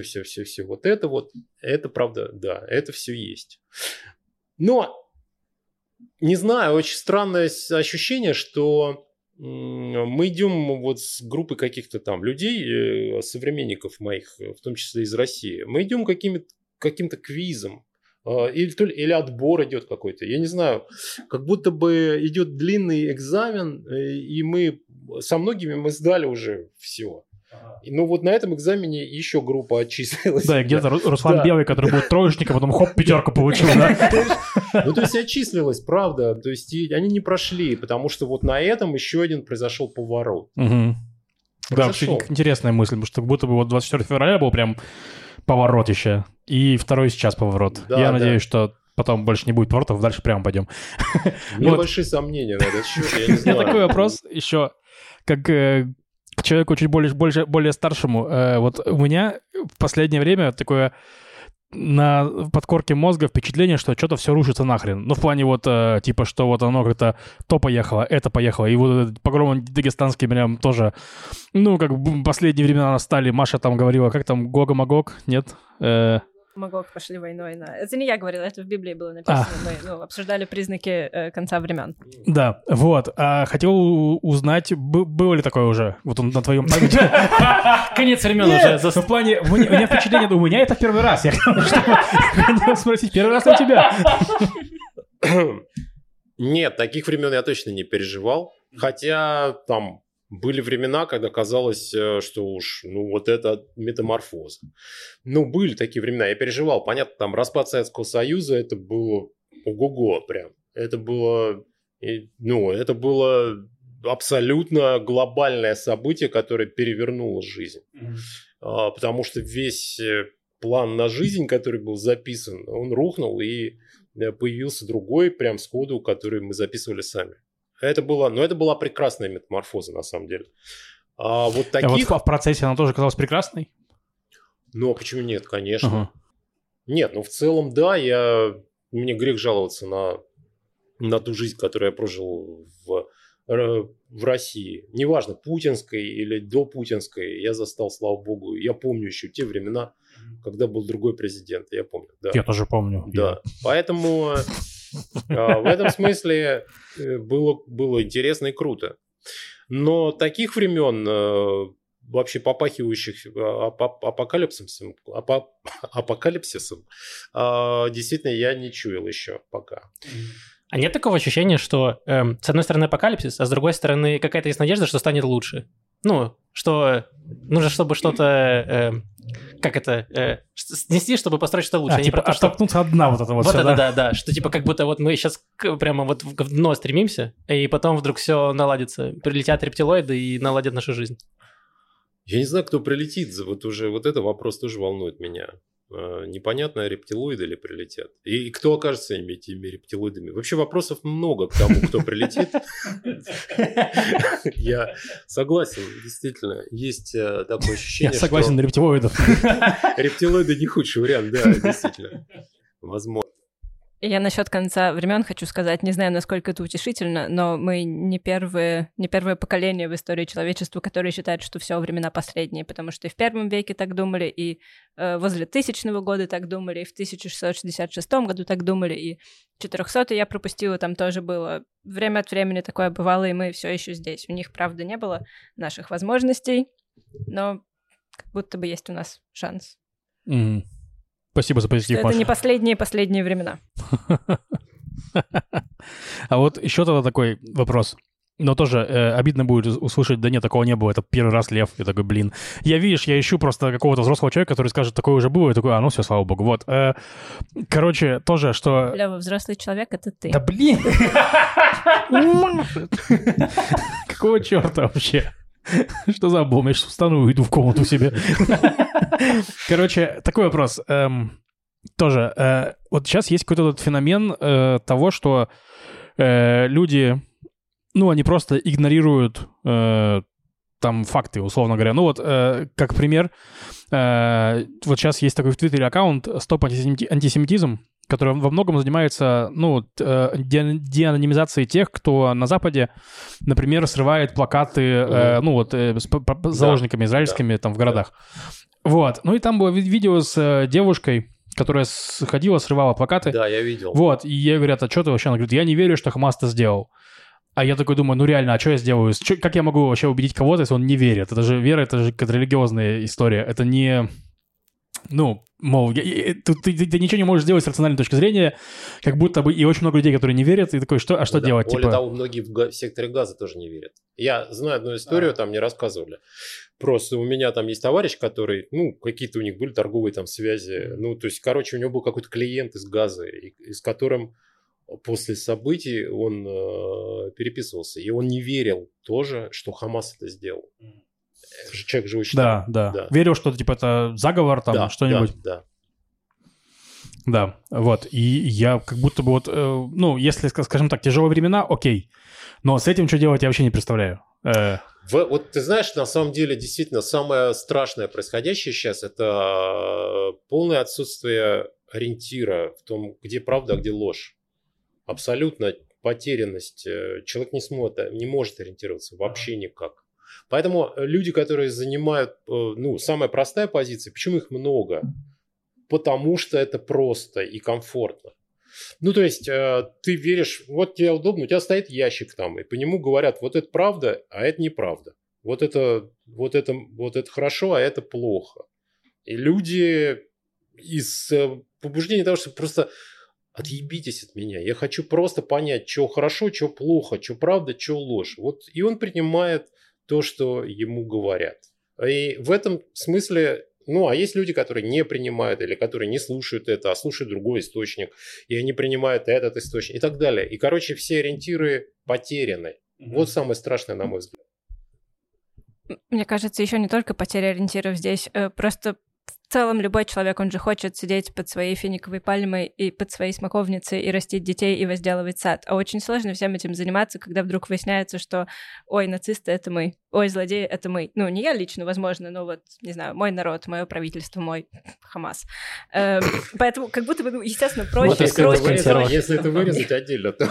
Это правда, да, это все есть. Но, не знаю, очень странное ощущение, что мы идем с группой каких-то там людей, современников моих, в том числе из России, мы идем каким-то квизом, или отбор идет какой-то, я не знаю, как будто бы идет длинный экзамен, и со многими мы сдали уже все. Но на этом экзамене еще группа отчислилась. Да, и где-то Руслан Белый, который был троечником, потом хоп, 5 получил, да? То есть отчислилась, правда. То есть они не прошли, потому что на этом еще один произошел поворот. Да, вообще интересная мысль, потому что как будто бы 24 февраля был прям поворотище, и второй сейчас поворот. Я надеюсь, что потом больше не будет поворотов, дальше прямо пойдем. У меня большие сомнения на этот счет, я не знаю. У меня такой вопрос еще, как к человеку чуть более старшему. У меня в последнее время такое на подкорке мозга впечатление, что что-то все рушится нахрен. Ну, в плане типа, что оно как-то то поехало, это поехало. И погромы дагестанские прям тоже, как в последние времена настали. Маша там говорила, как там, Гога-Магог, нет? Магог пошли войной на... Это не я говорила, это в Библии было написано. Мы обсуждали признаки конца времен. Да, хотел узнать, было ли такое уже на твоем памяти? Конец времен уже. В плане, у меня впечатление, у меня это в первый раз. Я хотел спросить, первый раз у тебя? Нет, таких времен я точно не переживал. Хотя там были времена, когда казалось, что уж, это метаморфоз. Были такие времена, я переживал. Понятно, там распад Советского Союза, это было ого-го прям. Это было абсолютно глобальное событие, которое перевернуло жизнь. Потому что весь план на жизнь, который был записан, он рухнул, и появился другой прям сходу, который мы записывали сами. Это была прекрасная метаморфоза, на самом деле. А в процессе она тоже казалась прекрасной? А почему нет, конечно. Нет, в целом, да, мне грех жаловаться на ту жизнь, которую я прожил в России. Неважно, путинской или допутинской, я застал, слава богу. Я помню еще те времена, когда был другой президент, я помню. Да. Я тоже помню. Да, поэтому... В этом смысле было интересно и круто. Но таких времен, вообще попахивающих апокалипсисом, действительно я не чуял еще пока. А нет такого ощущения, что с одной стороны апокалипсис, а с другой стороны какая-то есть надежда, что станет лучше? Что нужно, чтобы что-то... снести, чтобы построить что-то лучше. Оттолкнуться от дна Да. Что как будто мы сейчас прямо в дно стремимся, и потом вдруг все наладится. Прилетят рептилоиды и наладят нашу жизнь. Я не знаю, кто прилетит. Это вопрос тоже волнует меня. Непонятно, рептилоиды ли прилетят. И кто окажется этими рептилоидами. Вообще вопросов много к тому, кто прилетит. Я согласен, действительно. Есть такое ощущение, что... Я согласен на рептилоидов. Рептилоиды не худший вариант, да, действительно. Возможно. Я насчет конца времен хочу сказать, не знаю, насколько это утешительно, но мы не первое поколение в истории человечества, которое считает, что все времена последние, потому что и в первом веке так думали, и возле 1000 года так думали, и в 1666 году так думали, и 400 я пропустила, там тоже было. Время от времени такое бывало, и мы все еще здесь. У них, правда, не было наших возможностей, но как будто бы есть у нас шанс. Спасибо за позитив, Маша. Это не последние времена. А вот еще тогда такой вопрос. Но тоже обидно будет услышать, да нет, такого не было, это первый раз Лев. Я такой, блин. Я ищу просто какого-то взрослого человека, который скажет, такое уже было, и такой, ну все, слава богу. Вот. Короче, тоже, что... Лева, взрослый человек — это ты. Да блин! Какого черта вообще? Что за облом? Я сейчас встану и уйду в комнату себе. Короче, такой вопрос. Тоже, вот сейчас есть какой-то феномен того, что люди... они просто игнорируют там факты, условно говоря. Как пример, вот сейчас есть такой в Твиттере аккаунт «Стоп антисемитизм», который во многом занимается, деанонимизацией тех, кто на Западе, например, срывает плакаты, с заложниками израильскими там в городах. Вот. И там было видео с девушкой, которая ходила, срывала плакаты. Да, я видел. Вот. И ей говорят, а что ты вообще? Она говорит, я не верю, что Хамас это сделал. А я такой думаю, реально, а что я сделаю? Как я могу вообще убедить кого-то, если он не верит? Это же вера, это же какая-то религиозная история. Это не... ты ничего не можешь сделать с рациональной точки зрения, как будто бы и очень много людей, которые не верят, и такой, что делать? Более того, многие в секторе Газа тоже не верят. Я знаю одну историю, там мне рассказывали. Просто у меня там есть товарищ, который, какие-то у них были торговые там связи. у него был какой-то клиент из Газа, с которым после событий он переписывался. И он не верил тоже, что Хамас это сделал. Человек живущий там. Да. Верил, что это заговор там, что-нибудь. Да, вот. И я как будто бы если, скажем так, тяжелые времена, окей. Но с этим что делать, я вообще не представляю. Вот ты знаешь, на самом деле, действительно, самое страшное происходящее сейчас – это полное отсутствие ориентира в том, где правда, а где ложь. Абсолютно потерянность. Человек не может ориентироваться вообще никак. Поэтому люди, которые занимают, самая простая позиция, почему их много? Потому что это просто и комфортно. Ты веришь, вот тебе удобно, у тебя стоит ящик там, и по нему говорят, вот это правда, а это неправда. Вот это хорошо, а это плохо. И люди из побуждения того, что просто отъебитесь от меня. Я хочу просто понять, что хорошо, что плохо, что правда, что ложь. И он принимает то, что ему говорят. И в этом смысле... а есть люди, которые не принимают или которые не слушают это, а слушают другой источник, и они принимают этот источник и так далее. И, все ориентиры потеряны. Вот самое страшное, на мой взгляд. Мне кажется, еще не только потеря ориентиров здесь, просто в целом любой человек, он же хочет сидеть под своей финиковой пальмой и под своей смоковницей и растить детей и возделывать сад. А очень сложно всем этим заниматься, когда вдруг выясняется, что ой, нацисты — это мы, ой, злодеи — это мы. Не я лично, возможно, но не знаю, мой народ, мое правительство, мой Хамас. Поэтому как будто бы, естественно, проще... Если это вырезать отдельно, то...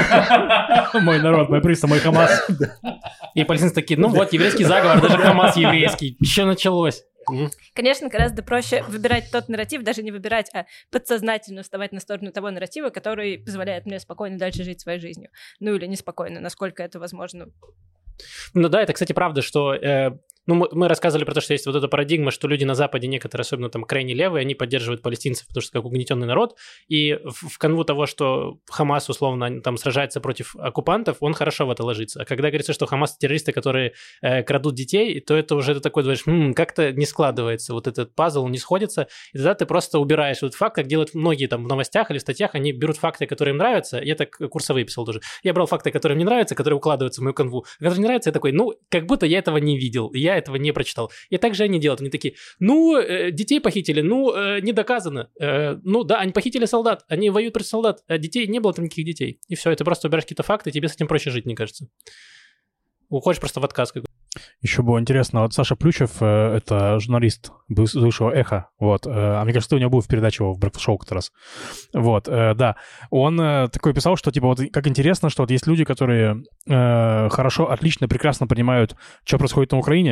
Мой народ, мое правительство, мой Хамас. И палестинцы такие, еврейский заговор, даже Хамас еврейский. Еще началось. Конечно, гораздо проще выбирать тот нарратив, даже не выбирать, а подсознательно вставать на сторону того нарратива, который позволяет мне спокойно дальше жить своей жизнью. Или неспокойно, насколько это возможно. Это, кстати, правда, что... мы рассказывали про то, что есть вот эта парадигма, что люди на Западе, некоторые, особенно там крайне левые, они поддерживают палестинцев, потому что как угнетенный народ, и в канву того, что Хамас, условно, там сражается против оккупантов, он хорошо в это ложится. А когда говорится, что Хамас — террористы, которые крадут детей, то это уже такой, думаешь, как-то не складывается, вот этот пазл не сходится, и тогда ты просто убираешь этот факт, как делают многие там в новостях или в статьях, они берут факты, которые им нравятся, я так курсовые писал тоже, я брал факты, которые мне нравятся, которые укладываются в мою канву, а которые не нравятся, я такой, как будто я этого не видел, я этого не прочитал. И так же они делают. Они такие, детей похитили, не доказано. Да, они похитили солдат, они воюют против солдат, а детей не было там никаких детей. И все, ты просто убираешь какие-то факты, тебе с этим проще жить, мне кажется. Уходишь просто в отказ какой-то. Еще было интересно, вот Саша Плющев, это журналист бывшего «Эхо», а мне кажется, у него был в передаче в Breakfast Show как раз. Да. Он такой писал, что, как интересно, что есть люди, которые хорошо, отлично, прекрасно понимают, что происходит на Украине,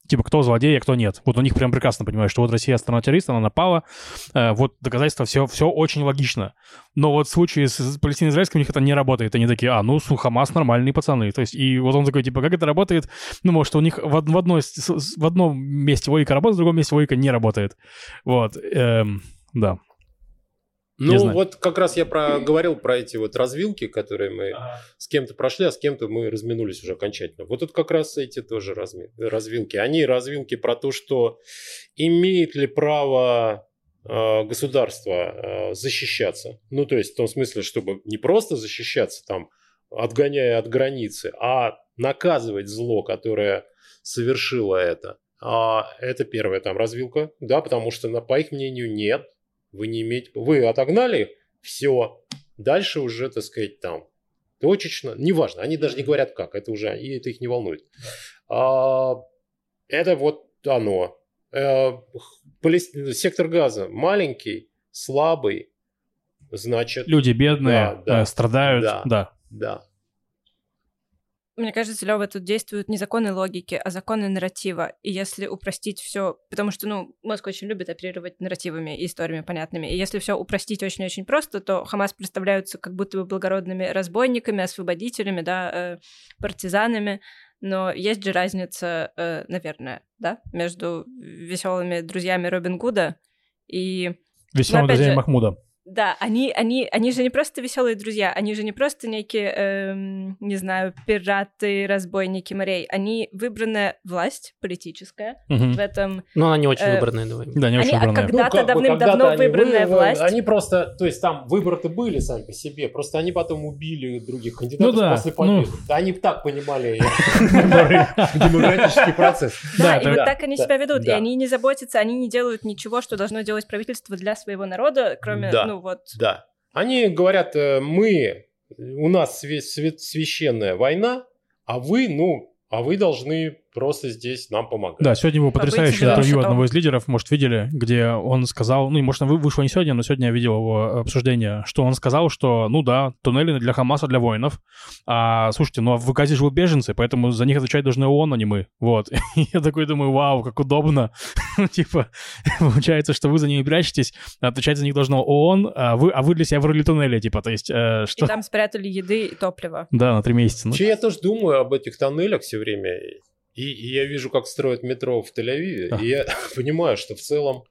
типа, кто злодей, а кто нет. Вот у них прям прекрасно понимают, что вот Россия страна-террорист, она напала, вот доказательства, все очень логично. Но вот в случае с Палестино-израильским у них это не работает. Они такие, Хамас нормальные пацаны. То есть, и вот он такой, типа, как это работает? Ну, может, у них в одном месте логика работает, в другом месте логика не работает. Вот, да. Ну, вот как раз я говорил про эти вот развилки, которые мы с кем-то прошли, а с кем-то мы разминулись уже окончательно. Вот тут как раз эти тоже развилки. Они развилки про то, что имеет ли право государство защищаться. Ну, то есть в том смысле, чтобы не просто защищаться, там, отгоняя от границы, а наказывать зло, которое совершило это. Это первая там развилка, да, потому что, по их мнению, нет. Вы не имеете... Вы отогнали, все. Дальше уже, так сказать, там, точечно. Неважно, они даже не говорят как. Это уже... И это их не волнует. Это вот оно. Сектор Газа маленький, слабый. Значит... Люди бедные, страдают. Да. Мне кажется, Лёва, тут действуют не законы логики, а законы нарратива. И если упростить все, потому что, мозг очень любит оперировать нарративами и историями понятными. И если все упростить очень-очень просто, то Хамас представляются как будто бы благородными разбойниками, освободителями, да, партизанами. Но есть же разница, наверное, да, между веселыми друзьями Робин Гуда и... Веселыми друзьями Махмуда. Да, они же не просто веселые друзья, они же не просто некие, не знаю, пираты, разбойники морей. Они выбранная власть политическая в этом... Ну, она не очень выбранная, давай. Да, не очень выбранная. Когда-то давным-давно выбранная власть. Они просто, то есть там выборы-то были сами по себе, просто они потом убили других кандидатов после победы. Они так понимали демократический процесс. Да, и вот так они себя ведут. И они не заботятся, они не делают ничего, что должно делать правительство для своего народа, кроме... Да. Они говорят, у нас священная война, а вы должны просто здесь нам помогать. Да, сегодня было потрясающее интервью одного из лидеров, может, видели, где он сказал, может, вышло не сегодня, но сегодня я видел его обсуждение, что он сказал, что, туннели для Хамаса, для воинов, слушайте, а в Газе живут беженцы, поэтому за них отвечать должны ООН, а не мы. Вот. И я такой думаю, вау, как удобно. Типа, получается, что вы за ними прячетесь, отвечать за них должно ООН, а вы для себя вырыли туннели, типа, то есть... что... И там спрятали еды и топливо. Да, на 3 месяца. Вообще, я тоже думаю об этих тоннелях все время. И я вижу, как строят метро в Тель-Авиве, и я понимаю, что в целом...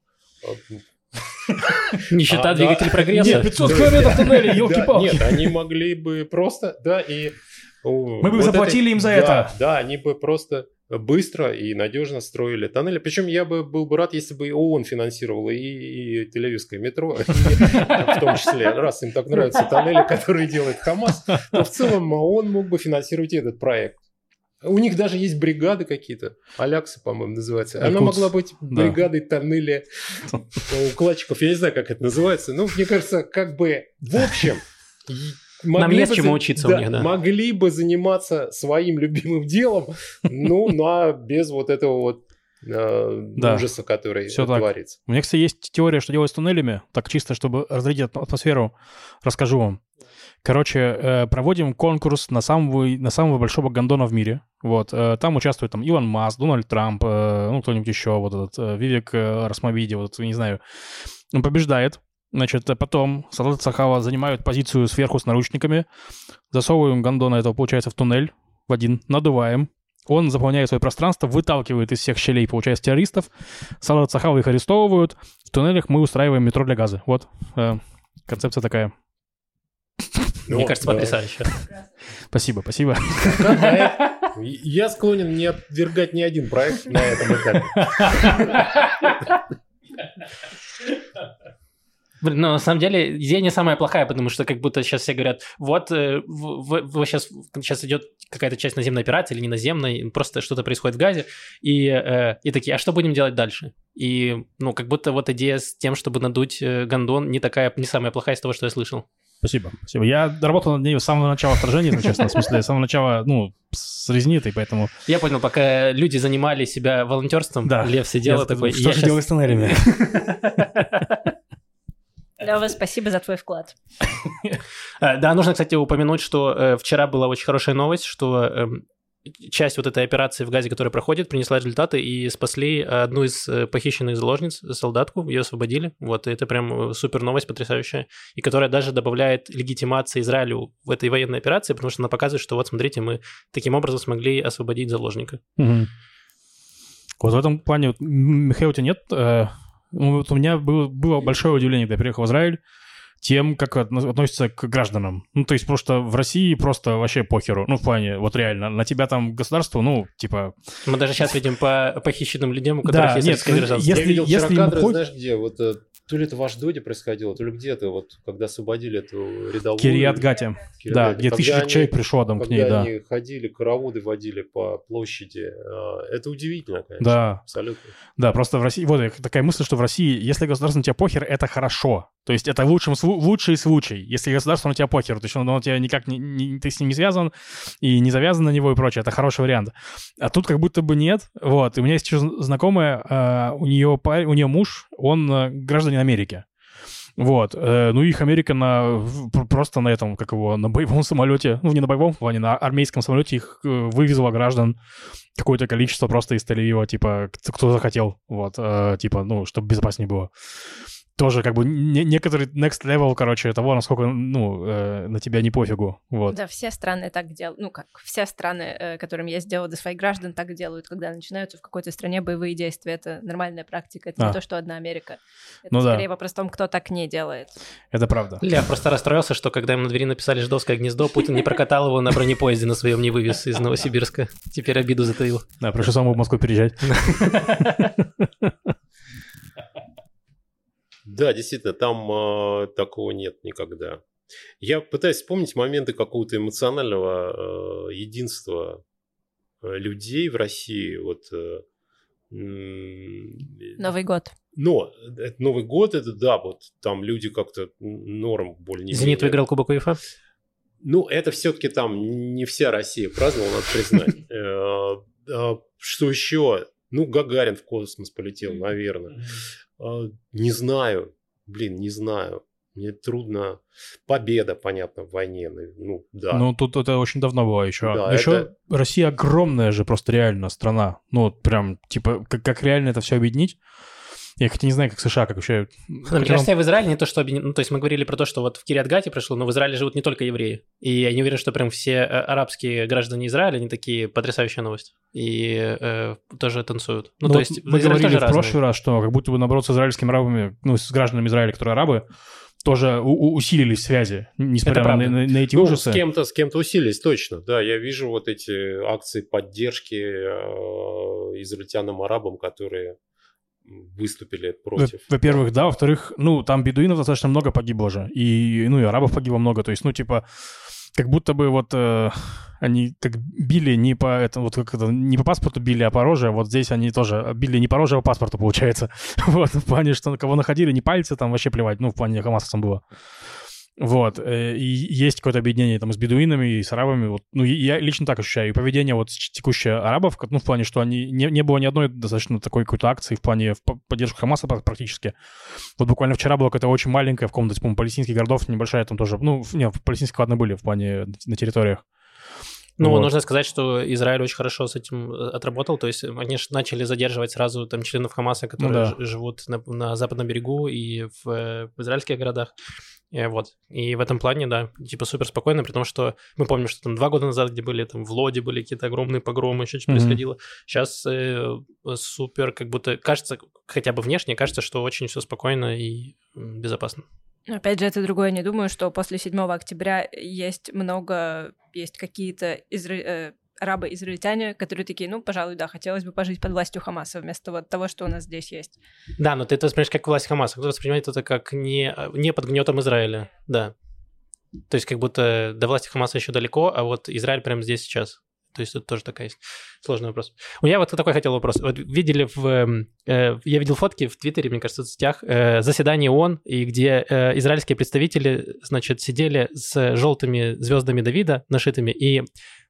Нищета двигатель прогресса. Нет, 500 километров туннелей, елки-палки. Нет, они могли бы просто, и... Мы бы заплатили им за это. Да, они бы просто быстро и надежно строили тоннели. Причем я был бы рад, если бы ООН финансировала и Тель-Авивское метро, в том числе, раз им так нравятся тоннели, которые делает Хамас, то в целом ООН мог бы финансировать этот проект. У них даже есть бригады какие-то. Алякса, по-моему, называется. Она могла быть бригадой тоннеля укладчиков. Я не знаю, как это называется. Мне кажется, в общем... Нам есть чему учиться у них, да. Могли бы заниматься своим любимым делом, без вот этого вот ужаса, который творится. У меня, кстати, есть теория, что делать с туннелями. Так чисто, чтобы разрядить атмосферу, расскажу вам. Короче, проводим конкурс на самого большого гондона в мире. Вот. Там участвует Илон Маск, Дональд Трамп, кто-нибудь еще, вот этот Вивек Расмавиди, не знаю. Он побеждает. Значит, потом солдаты Сахава занимают позицию сверху с наручниками, засовываем гондона этого, получается, в туннель в один, надуваем. Он заполняет свое пространство, выталкивает из всех щелей, получается, террористов. Солдаты Сахава их арестовывают. В туннелях мы устраиваем метро для газа. Вот. Концепция такая. Мне кажется, потрясающе. Спасибо. Я склонен не отвергать ни один проект на этом этапе. Блин, на самом деле идея не самая плохая, потому что как будто сейчас все говорят, сейчас идет какая-то часть наземной операции или не наземной, просто что-то происходит в Газе, и такие, а что будем делать дальше? И, как будто идея с тем, чтобы надуть гондон, не самая плохая из того, что я слышал. Спасибо. Я работал над ней с самого начала вторжения, если честно, в смысле, с самого начала, с резнитой, поэтому... Я понял, пока люди занимали себя волонтерством, Лев сидел такой... Что же делать с тоннелями? Лёва, спасибо за твой вклад. Да, нужно, кстати, упомянуть, что вчера была очень хорошая новость, что часть вот этой операции в Газе, которая проходит, принесла результаты и спасли одну из похищенных заложниц, солдатку, ее освободили. Вот, и это прям супер новость потрясающая, и которая даже добавляет легитимации Израилю в этой военной операции, потому что она показывает, что вот смотрите, мы таким образом смогли освободить заложника. Угу. Вот в этом плане, Михаил, у тебя нет... Вот у меня было большое удивление, когда я приехал в Израиль, тем, как относятся к гражданам. Ну, то есть просто в России просто вообще похеру. Ну, в плане, вот реально, на тебя там государство, ну, типа... Мы даже сейчас видим по похищенным людям, у которых есть российское гражданство. Я видел вчера кадры, знаешь, где вот... То ли это в Ашдоде происходило, то ли где-то, вот когда освободили эту рядовую... Кирьят-Гате, да, где 1000 человек пришло там к ней, да. Когда они ходили, караоды водили по площади, это удивительно, конечно. Да. Абсолютно. Да, просто в России... Вот такая мысль, что в России, если государство на тебя похер, это хорошо. То есть это лучший случай. Если государство на тебя похер, то есть оно тебя никак ты с ним не связан и не завязан на него и прочее, это хороший вариант. А тут как будто бы нет. Вот, и у меня есть еще знакомая, у нее муж, он гражданин Америки. Вот. Ну, их Америка просто на этом, на боевом самолете, ну, не на боевом плане, на армейском самолете их вывезло граждан какое-то количество просто из Тель-Авива, типа, кто захотел, вот, типа, ну, чтобы безопаснее было. Тоже как бы некоторый next level, короче, того, насколько, ну, на тебя не пофигу, вот. Да, все страны так делают, ну, как все страны, которым я сделала для своих граждан, так делают, когда начинаются в какой-то стране боевые действия. Это нормальная практика, это не то, что одна Америка. Это скорее вопрос в том, кто так не делает. Это правда. Я просто расстроился, что когда им на двери написали «Жидовское гнездо», Путин не прокатал его на бронепоезде на своем, не вывез из Новосибирска. Теперь обиду затаил. Да, прошу самому в Москву переезжать. Да, действительно, там такого нет никогда. Я пытаюсь вспомнить моменты какого-то эмоционального единства людей в России. Вот, Новый год. Но Новый год, это да, вот там люди как-то норм более-менее. «Зенит» выиграл Кубок УЕФА? Ну, это все-таки там не вся Россия праздновала, надо признать. Что еще? Ну, Гагарин в космос полетел, наверное. Не знаю. Не знаю. Мне трудно. Победа, понятно, в войне. Ну, да. Ну, тут это очень давно было еще. Да, еще Россия огромная же просто реально страна. Ну, прям, типа, как реально это все объединить? Я хотя не знаю, как США, как вообще... Мне кажется, в Израиле не то, что... Ну, то есть мы говорили про то, что вот в Кирьят-Гате прошло, но в Израиле живут не только евреи. И я не уверен, что прям все арабские граждане Израиля, они такие потрясающая новость. И тоже танцуют. Ну, то есть мы говорили в прошлый раз, что как будто бы, наоборот, с израильскими арабами, ну, с гражданами Израиля, которые арабы, тоже усилились связи, несмотря на эти ужасы. С кем-то усилились, точно. Да, я вижу вот эти акции поддержки израильтянам-арабам, которые... выступили против. Во-первых, да. Во-вторых, ну, там бедуинов достаточно много погибло же. И арабов погибло много. То есть, ну, типа, как будто бы вот они как били не по этому, вот как это, не по паспорту били, а по роже. Вот здесь они тоже били не по роже, а по паспорту, получается. Вот, в плане, что кого находили, не пальцы, там вообще плевать. Ну, в плане хамасовцам было. Вот, и есть какое-то объединение там с бедуинами и с арабами. Вот. Ну, я лично так ощущаю. И поведение вот текущее арабов, ну, в плане, что они не было ни одной достаточно такой какой-то акции в плане поддержки Хамаса практически. Вот буквально вчера была какая-то очень маленькая в каком-то, по-моему, палестинских городов, небольшая там тоже, ну, палестинские, ладно, были в плане на территориях. Ну, вот. Нужно сказать, что Израиль очень хорошо с этим отработал, то есть они начали задерживать сразу там членов Хамаса, которые живут на западном берегу и в израильских городах. Вот. И в этом плане, да, типа супер спокойно, при том, что мы помним, что там 2 года назад, где были там в Лоде были какие-то огромные погромы, еще что-то происходило. Сейчас супер, как будто кажется, хотя бы внешне, кажется, что очень все спокойно и безопасно. Опять же, это другое. Не думаю, что после 7 октября есть какие-то арабы-израильтяне, которые такие, ну, пожалуй, да, хотелось бы пожить под властью Хамаса вместо вот того, что у нас здесь есть. Да, но ты это воспринимаешь как власть Хамаса. Кто-то воспринимает это как не под гнетом Израиля, да. То есть как будто до власти Хамаса еще далеко, а вот Израиль прямо здесь сейчас. То есть это тоже такая есть сложный вопрос. У меня вот такой хотел вопрос. Вот видели я видел фотки в Твиттере, мне кажется, в соцсетях, заседание ООН, и где израильские представители, значит, сидели с желтыми звездами Давида нашитыми, и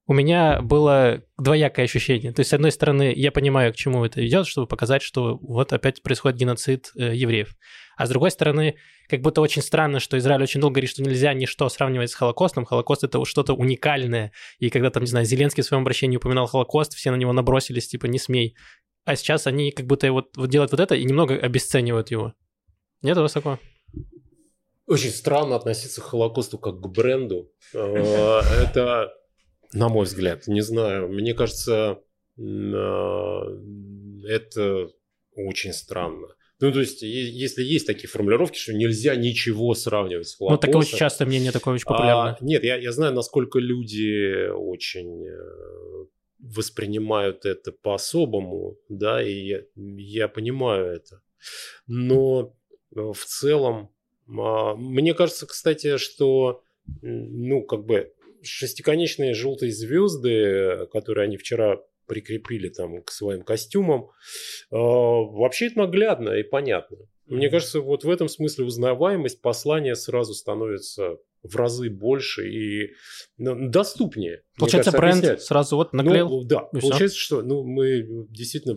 У меня было двоякое ощущение. То есть, с одной стороны, я понимаю, к чему это идет, чтобы показать, что вот опять происходит геноцид евреев. А с другой стороны, как будто очень странно, что Израиль очень долго говорит, что нельзя ничто сравнивать с Холокостом. Холокост — это что-то уникальное. И когда там, не знаю, Зеленский в своем обращении упоминал Холокост, все на него набросились, типа, не смей. А сейчас они как будто вот делают вот это и немного обесценивают его. Нет у вас такого? Очень странно относиться к Холокосту как к бренду. Это, на мой взгляд, не знаю, мне кажется, это очень странно. Ну, то есть, если есть такие формулировки, что нельзя ничего сравнивать с Холокостом... Ну, такое очень часто мнение, такое очень популярное. Нет, я знаю, насколько люди очень воспринимают это по-особому, да, и я понимаю это. Но в целом, мне кажется, кстати, что, ну, как бы, шестиконечные желтые звезды, которые они вчера прикрепили там к своим костюмам, вообще это наглядно и понятно. Мне кажется, вот в этом смысле узнаваемость послания сразу становится в разы больше и доступнее. Получается, кажется, бренд объяснять. сразу вот наклеил? Ну, да, и получается, всё. что мы действительно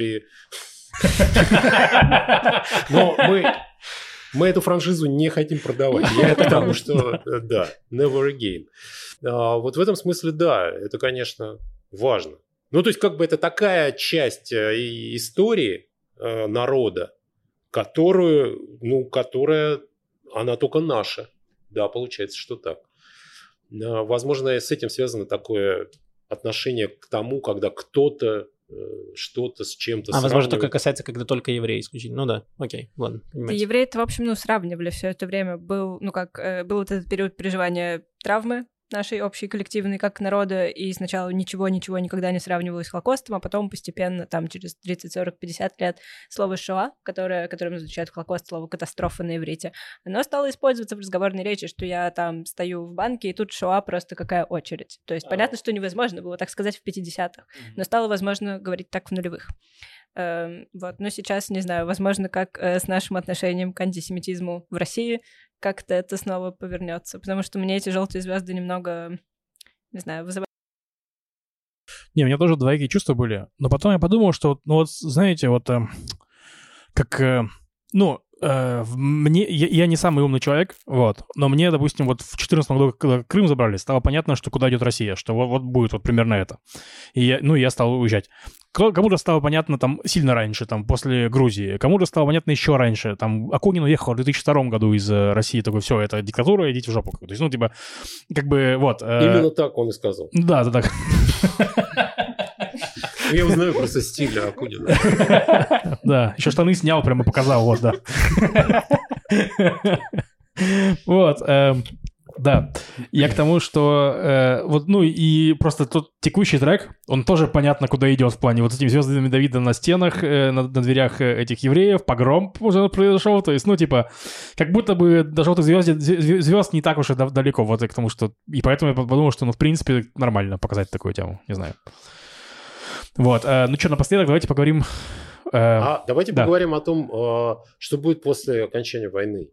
Но мы эту франшизу не хотим продавать. Я это потому что, да, never again. Вот в этом смысле, да, это, конечно, важно. Ну, то есть, как бы это такая часть истории народа, которая, она только наша. Да, получается, что так. Возможно, с этим связано такое отношение к тому, когда кто-то что-то с чем-то сравнивает. Возможно, только касается, когда только евреи исключительно. Ну да, окей, ладно, понимаете. Евреи-то, в общем, сравнивали все это время. Был вот этот период переживания травмы нашей общей коллективной как народа, и сначала ничего никогда не сравнивалось с Холокостом, а потом постепенно, там, через 30, 40, 50 лет слово «шоа», которым изучают Холокост, слово «катастрофа» на иврите, оно стало использоваться в разговорной речи, что я там стою в банке, и тут «шоа» просто какая очередь. То есть понятно, что невозможно было так сказать в 50-х, но стало возможно говорить так в нулевых. Вот, но сейчас, не знаю, возможно, как с нашим отношением к антисемитизму в России как-то это снова повернется, потому что мне эти желтые звезды немного, не знаю, вызывают. Не, у меня тоже двоякие чувства были, но потом я подумал, что, ну вот, знаете, вот мне, я не самый умный человек, вот, но мне, допустим, вот в 2014 году, когда Крым забрали, стало понятно, что куда идет Россия, что вот будет вот примерно это. И я стал уезжать. Кому-то стало понятно там сильно раньше, там, после Грузии, кому-то стало понятно еще раньше, там, Акунин уехал в 2002 году из России, такой, все, это диктатура, идите в жопу. То есть, ну, типа, как бы, вот. Именно так он и сказал. Да. Я узнаю просто стиль Акунина. Да, еще штаны снял, прямо показал, вот, да. Вот, да. Я к тому, что вот, ну, и просто тот текущий трек, он тоже понятно, куда идет в плане вот с этими звездами Давида на стенах, на дверях этих евреев, погром уже произошел, то есть, ну, типа, как будто бы до желтых звезд не так уж и далеко, вот, и к тому, что... И поэтому я подумал, что, ну, в принципе, нормально показать такую тему, не знаю. Вот, ну что, напоследок давайте поговорим... Давайте поговорим о том, что будет после окончания войны.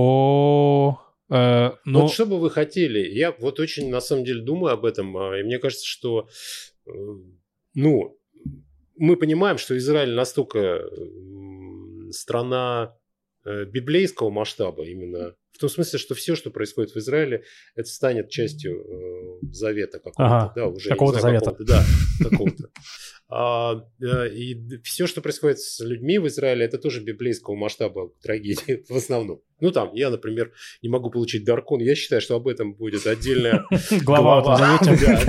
Вот что бы вы хотели? Я вот очень, на самом деле, думаю об этом, и мне кажется, что, ну, мы понимаем, что Израиль настолько страна библейского масштаба именно, в том смысле, что все, что происходит в Израиле, это станет частью завета какого-то, да, уже какого-то завета. Какого-то. И все, что происходит с людьми в Израиле, это тоже библейского масштаба трагедии в основном. Ну, там, я, например, не могу получить даркон. Я считаю, что об этом будет отдельная глава.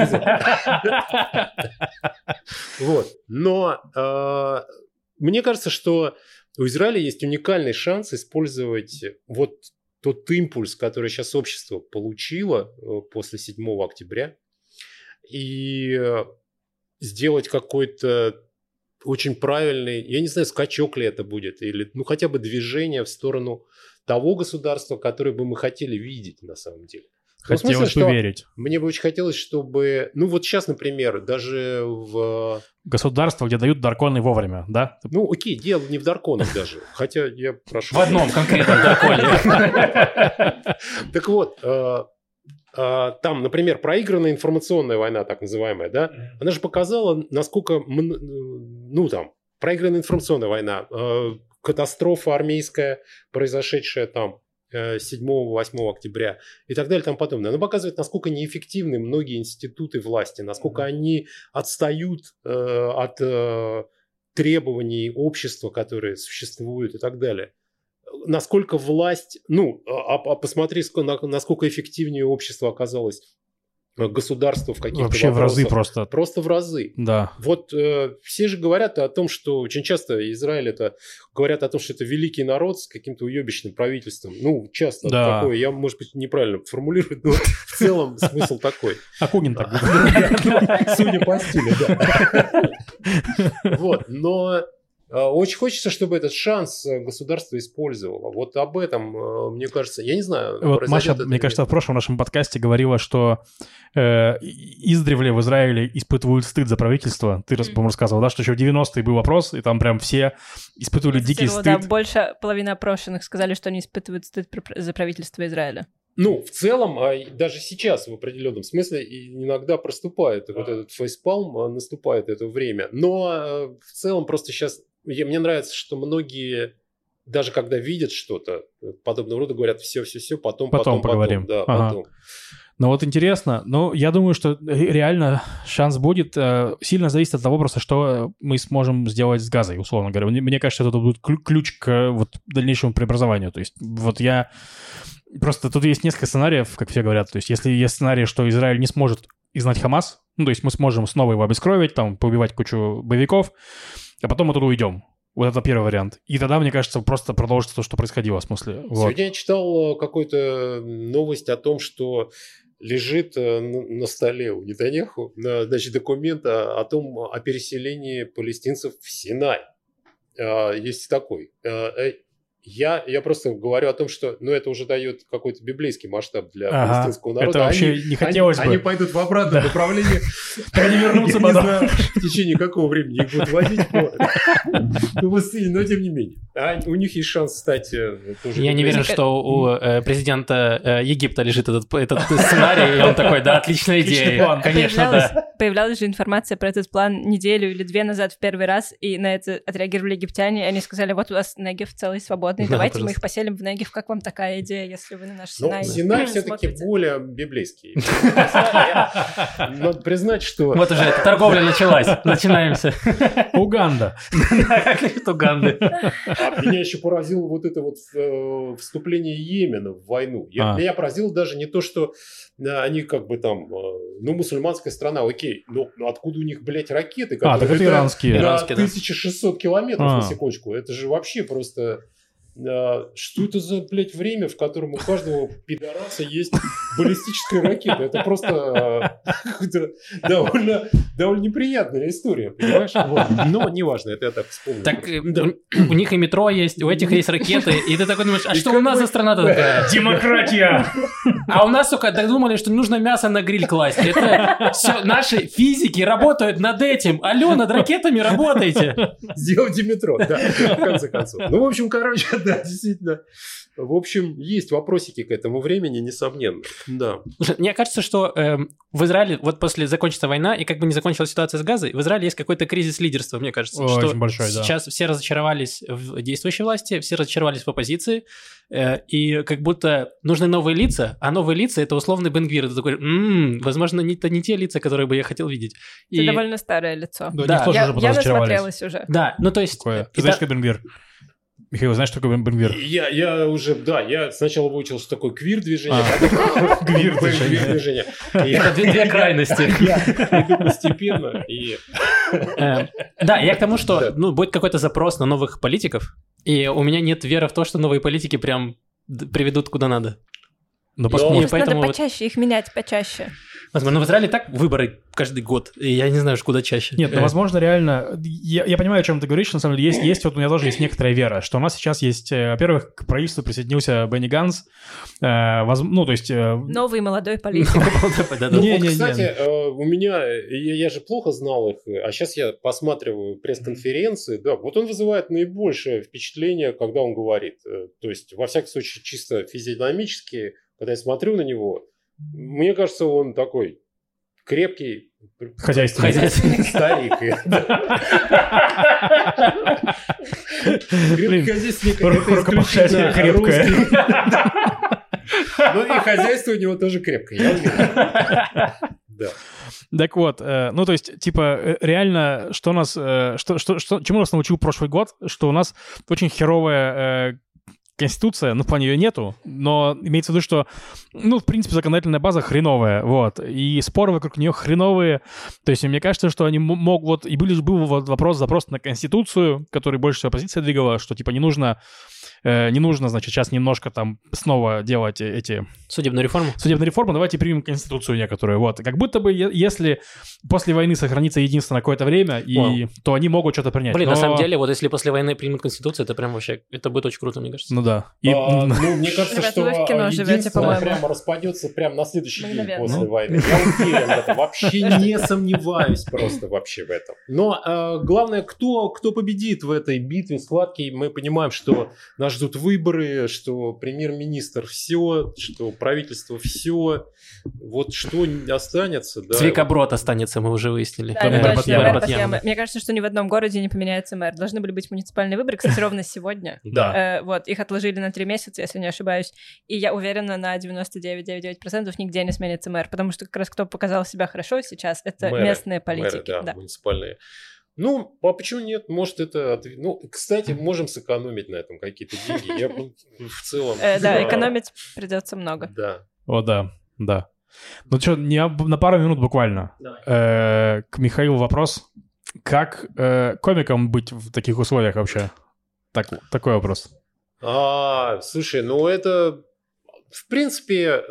Вот. Но мне кажется, что у Израиля есть уникальный шанс использовать вот тот импульс, который сейчас общество получило после 7 октября, и сделать какой-то очень правильный, я не знаю, скачок ли это будет, или ну хотя бы движение в сторону того государства, которое бы мы хотели видеть на самом деле. Хотелось бы верить. Мне бы очень хотелось, чтобы... Ну вот сейчас, например, даже в... Государство, где дают дарконы вовремя, да? Ну окей, дело не в дарконах даже, хотя я прошу... В одном конкретном дарконе. Так вот, там, например, проигранная информационная война, так называемая, да, она же показала, насколько, проигранная информационная война, катастрофа армейская, произошедшая там 7-8 октября и так далее и тому подобное. Она показывает, насколько неэффективны многие институты власти, насколько они отстают от требований общества, которые существуют и так далее. Насколько власть, посмотри, насколько эффективнее общество оказалось, государство в каких-то вообще вопросах. В разы просто. Просто в разы. Да. Вот все же говорят о том, что очень часто Израиль говорят о том, что это великий народ с каким-то уебищным правительством. Часто такое. Я, может быть, неправильно формулирую, но в целом смысл такой. Акунин так. Судя по стилю, да. Вот, но очень хочется, чтобы этот шанс государство использовало. Вот об этом, мне кажется, я не знаю. Вот Маша, мне кажется, в прошлом нашем подкасте говорила, что издревле в Израиле испытывают стыд за правительство. Ты, по-моему, рассказывал, да, что еще в 90-е был вопрос, и там прям все испытывали дикий стыд. Да, больше половины опрошенных сказали, что они испытывают стыд за правительство Израиля. В целом, даже сейчас в определенном смысле иногда проступает вот этот фейспалм, наступает это время. Но в целом просто сейчас мне нравится, что многие, даже когда видят что-то подобного рода, говорят все, потом поговорим. Да, потом. Ну вот интересно, я думаю, что реально шанс будет. Сильно зависит от того просто, что мы сможем сделать с Газой, условно говоря. Мне кажется, это будет ключ к дальнейшему преобразованию. То есть просто тут есть несколько сценариев, как все говорят. То есть если есть сценарий, что Израиль не сможет изгнать Хамас, то есть мы сможем снова его обескровить, поубивать кучу боевиков, а потом оттуда уйдем. Вот это первый вариант. И тогда, мне кажется, просто продолжится то, что происходило, в смысле. Сегодня я читал какую-то новость о том, что лежит на столе у Нетаньяху, документ о переселении палестинцев в Синай. Есть такой. Я просто говорю о том, что это уже дает какой-то библейский масштаб для палестинского народа. Это вообще не хотелось бы. Они пойдут в обратном направлении. Они вернутся, не знаю, в течение какого времени их будут возить по пустыне, но тем не менее. У них есть шанс стать тоже... Я не верю, что у президента Египта лежит этот сценарий, и он такой, да, отличная идея. Конечно, да. Появлялась же информация про этот план неделю или две назад в первый раз, и на это отреагировали египтяне, и они сказали, вот у вас Негев целый, свободный, давайте мы их поселим в Негев. Как вам такая идея, если вы на наш Синай Синай все-таки более библейский. Надо признать, что... Вот уже торговля началась. Начинаемся. Уганда. Как Уганды. Меня еще поразило вот это вступление Йемена в войну. Меня поразило даже не то, что они как бы там, мусульманская страна, окей, но откуда у них, блядь, ракеты? Так это иранские. На 1600 километров, на секундочку. Это же вообще просто... Что это за, блядь, время, в котором у каждого пидораса есть баллистическая ракета? Это просто довольно неприятная история, понимаешь? Но неважно, это я так вспомнил. Так у них и метро есть, у этих есть ракеты, и ты такой думаешь, а что у нас за страна-то такая? Демократия! А у нас, сука, думали, что нужно мясо на гриль класть. Это все, наши физики работают над этим. Алло, над ракетами работайте. Сделайте метро, да, в конце концов. В общем, да, действительно. В общем, есть вопросики к этому времени, несомненно. Да. Мне кажется, что в Израиле, вот после закончится война, и как бы не закончилась ситуация с Газой, в Израиле есть какой-то кризис лидерства, мне кажется. Очень большой, сейчас все разочаровались в действующей власти, все разочаровались в оппозиции, и как будто нужны новые лица, а новые лица — это условный Бен-Гвир. Это такой, возможно, это не те лица, которые бы я хотел видеть. Это довольно старое лицо. Да, я насмотрелась уже. Да, то есть... Ты знаешь, как Бен-Гвир? Михаил, знаешь, что такое Бен-Гвир? Я сначала выучил, что такое квир-движение. Квир-движение. Это две крайности. Я иду постепенно. Да, я к тому, что будет какой-то запрос на новых политиков, и у меня нет веры в то, что новые политики прям приведут куда надо. Надо почаще их менять, почаще. Возможно, в Израиле так выборы каждый год, и я не знаю, куда чаще. Нет, возможно, реально... Я понимаю, о чем ты говоришь, на самом деле. Есть у меня тоже есть некоторая вера, что у нас сейчас есть... Во-первых, к правительству присоединился Бенни Ганс. Новый молодой политик. Кстати, у меня... Я же плохо знал их, а сейчас я посматриваю пресс-конференции. Да, вот он вызывает наибольшее впечатление, когда он говорит. То есть, во всяком случае, чисто физиономически, когда я смотрю на него, Мне кажется, он такой крепкий. Хозяйственный. Старик. Крепкий хозяйственник. Это исключительно русский. Ну и хозяйство у него тоже крепкое, я уверен. Да. Так вот, ну то есть, типа, реально, что нас, чему нас научил прошлый год, что у нас очень херовая конституция, ну, в плане ее нету, но имеется в виду, что, ну, в принципе, законодательная база хреновая, вот, и споры вокруг нее хреновые, то есть мне кажется, что они могут, и был запрос на конституцию, который больше всего оппозиция двигала, что, типа, не нужно, значит, сейчас немножко там снова делать эти... Судебную реформу, давайте примем конституцию некоторую, вот. Как будто бы, если после войны сохранится единство на какое-то время, то они могут что-то принять. Блин, на самом деле, вот если после войны примут конституцию, это прям вообще, это будет очень круто, мне кажется. Ну да. Ну, мне кажется, Ребята, что вы в кино живете, единство по-моему. прямо распадется прямо на следующий день Мгновенно. после войны. Я уверен в этом, вообще не сомневаюсь просто вообще в этом. Но главное, кто победит в этой битве, схватке, мы понимаем, что нас ждут выборы, что премьер-министр все, что правительство все. Вот что останется, да. Цвикоброд останется, мы уже выяснили. Да, это точно, Барбатьян. мэр Батьяма. Мне кажется, что ни в одном городе не поменяется мэр. Должны были быть муниципальные выборы, кстати, ровно сегодня. Да. Вот, их отложили на 3 месяца, если не ошибаюсь. И я уверена, на 99,99% нигде не сменится мэр, потому что как раз кто показал себя хорошо сейчас, это Мэры, местные политики. да, муниципальные. Ну, а почему нет? Может, это... Ну, кстати, можем сэкономить на этом какие-то деньги. Я в целом... Да, экономить придется много. Да. О, да. Ну что, на пару минут буквально. К Михаилу вопрос. Как комикам быть в таких условиях вообще? Такой вопрос. Слушай, ну это... В принципе,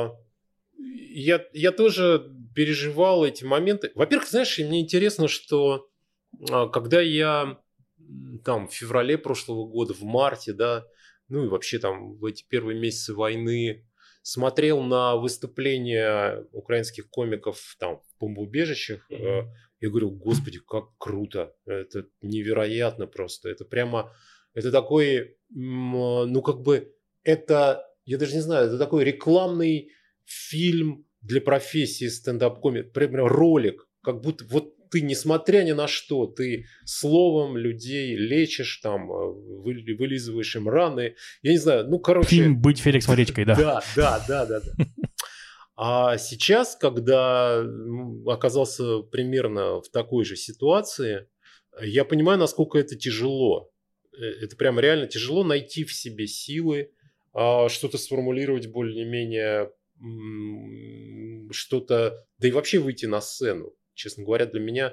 я тоже переживал эти моменты. Во-первых, знаешь, мне интересно, что когда я там в феврале прошлого года, в марте, да, ну и вообще там в эти первые месяцы войны смотрел на выступления украинских комиков там в бомбоубежищах, я говорю, господи, как круто, это невероятно просто, это прямо, это такой, ну как бы, это, я даже не знаю, это такой рекламный фильм для профессии стендап-комик, прям ролик, как будто вот ты, несмотря ни на что, ты словом людей лечишь, там, вылизываешь им раны. Я не знаю, ну, короче... Фильм «Быть Феликсом Речкой», да. Да. А сейчас, когда оказался примерно в такой же ситуации, я понимаю, насколько это тяжело. Это прям реально тяжело найти в себе силы, что-то сформулировать более-менее, что-то... Да и вообще выйти на сцену. Честно говоря, для меня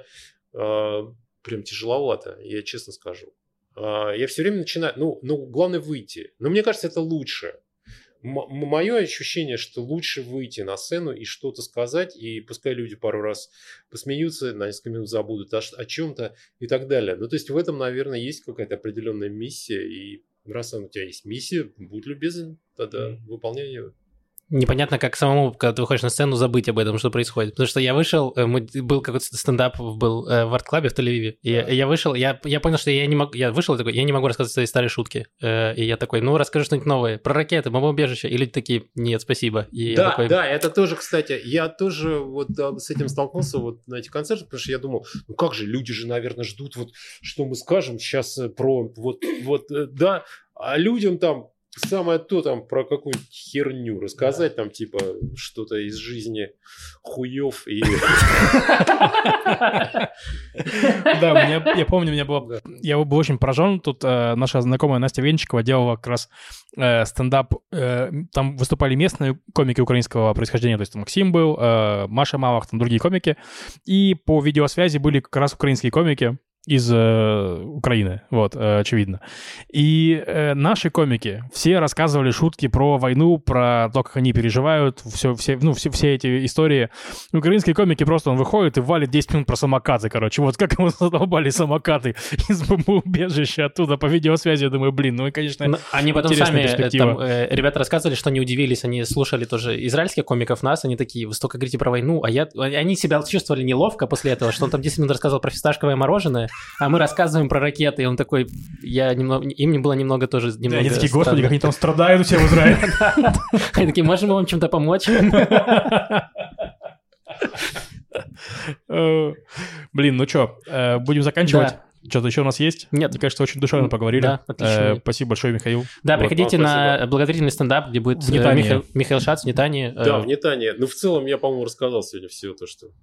прям тяжеловато, я честно скажу. Я все время начинаю... Ну, главное выйти. Но мне кажется, это лучше. Мое ощущение, что лучше выйти на сцену и что-то сказать, и пускай люди пару раз посмеются, на несколько минут забудут о чем-то и так далее. Ну, то есть в этом, наверное, есть какая-то определенная миссия, и раз у тебя есть миссия, будь любезен, тогда выполняй ее. Непонятно, как самому, когда ты выходишь на сцену, забыть об этом, что происходит. Потому что я вышел, был какой-то стендап был в арт-клабе в Тель-Авиве, и я вышел, я понял, что я не могу, я вышел такой, я не могу рассказать свои старые шутки. И я такой, ну, расскажи что-нибудь новое, про ракеты, бомбоубежище. И люди такие, нет, спасибо. И да, я такой... да, это тоже, кстати, я тоже вот с этим столкнулся вот на этих концертах, потому что я думал, ну как же, люди же, наверное, ждут вот, что мы скажем сейчас про вот, да, а людям там самое то там про какую-нибудь херню рассказать, там типа что-то из жизни хуёв и... Да, я помню, у меня было... Я был очень поражен. Тут наша знакомая Настя Венчикова делала как раз стендап. Там выступали местные комики украинского происхождения. То есть там Максим был, Маша Малах, там другие комики. И по видеосвязи были как раз украинские комики из Украины, вот, очевидно. И наши комики все рассказывали шутки про войну, про то, как они переживают, все эти истории. Украинские комики просто, он выходит и валит 10 минут про самокаты, короче. Вот как ему задолбали самокаты из бомбоубежища оттуда по видеосвязи. Я думаю, блин, ну и, конечно, они потом сами, там, ребята рассказывали, что они удивились, они слушали тоже израильских комиков нас, они такие, вы столько говорите про войну, они себя чувствовали неловко после этого, что он там 10 минут рассказывал про фисташковое мороженое, а мы рассказываем про ракеты, и он такой, им было немного тоже немного Они такие, господи, странно. как они там страдают у себя в Израиле. Они такие, можем мы вам чем-то помочь? Блин, ну что, будем заканчивать? Да. Что-то еще у нас есть? Нет. Мне кажется, очень душевно поговорили. Да, отлично. Спасибо большое, Михаил. Да, Вот, приходите вам на спасибо. благотворительный стендап, где будет В Нетании. Михаил Шац в Нетании. Да, в Нетании. Ну, в целом, я, по-моему, рассказал сегодня все то, что...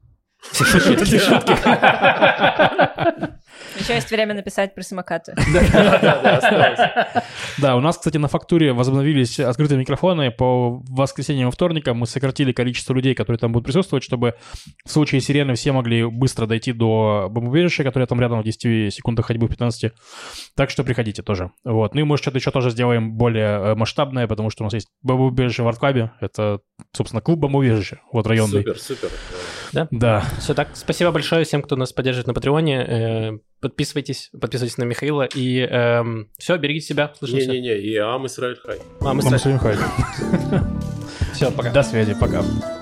Еще есть время написать про самокаты. Да, осталось. Да, у нас, кстати, на фактуре возобновились открытые микрофоны. По воскресеньям и вторникам мы сократили количество людей, которые там будут присутствовать, чтобы в случае сирены все могли быстро дойти до бомбоубежища, которое там рядом в 10 секундах ходьбы, в 15. Так что приходите тоже. Вот. Ну и, может, что-то еще тоже сделаем более масштабное, потому что у нас есть бомбоубежище в Арт-клабе. Это, собственно, клуб бомбоубежища, вот районный. Супер. Да. Все так. Спасибо большое всем, кто нас поддерживает на Патреоне. Подписывайтесь на Михаила. И все, берегите себя. Слышимся. Не-не-не, и Ам Исраэль Хай. Мы Мама Сумихай. Все, пока. До связи, пока.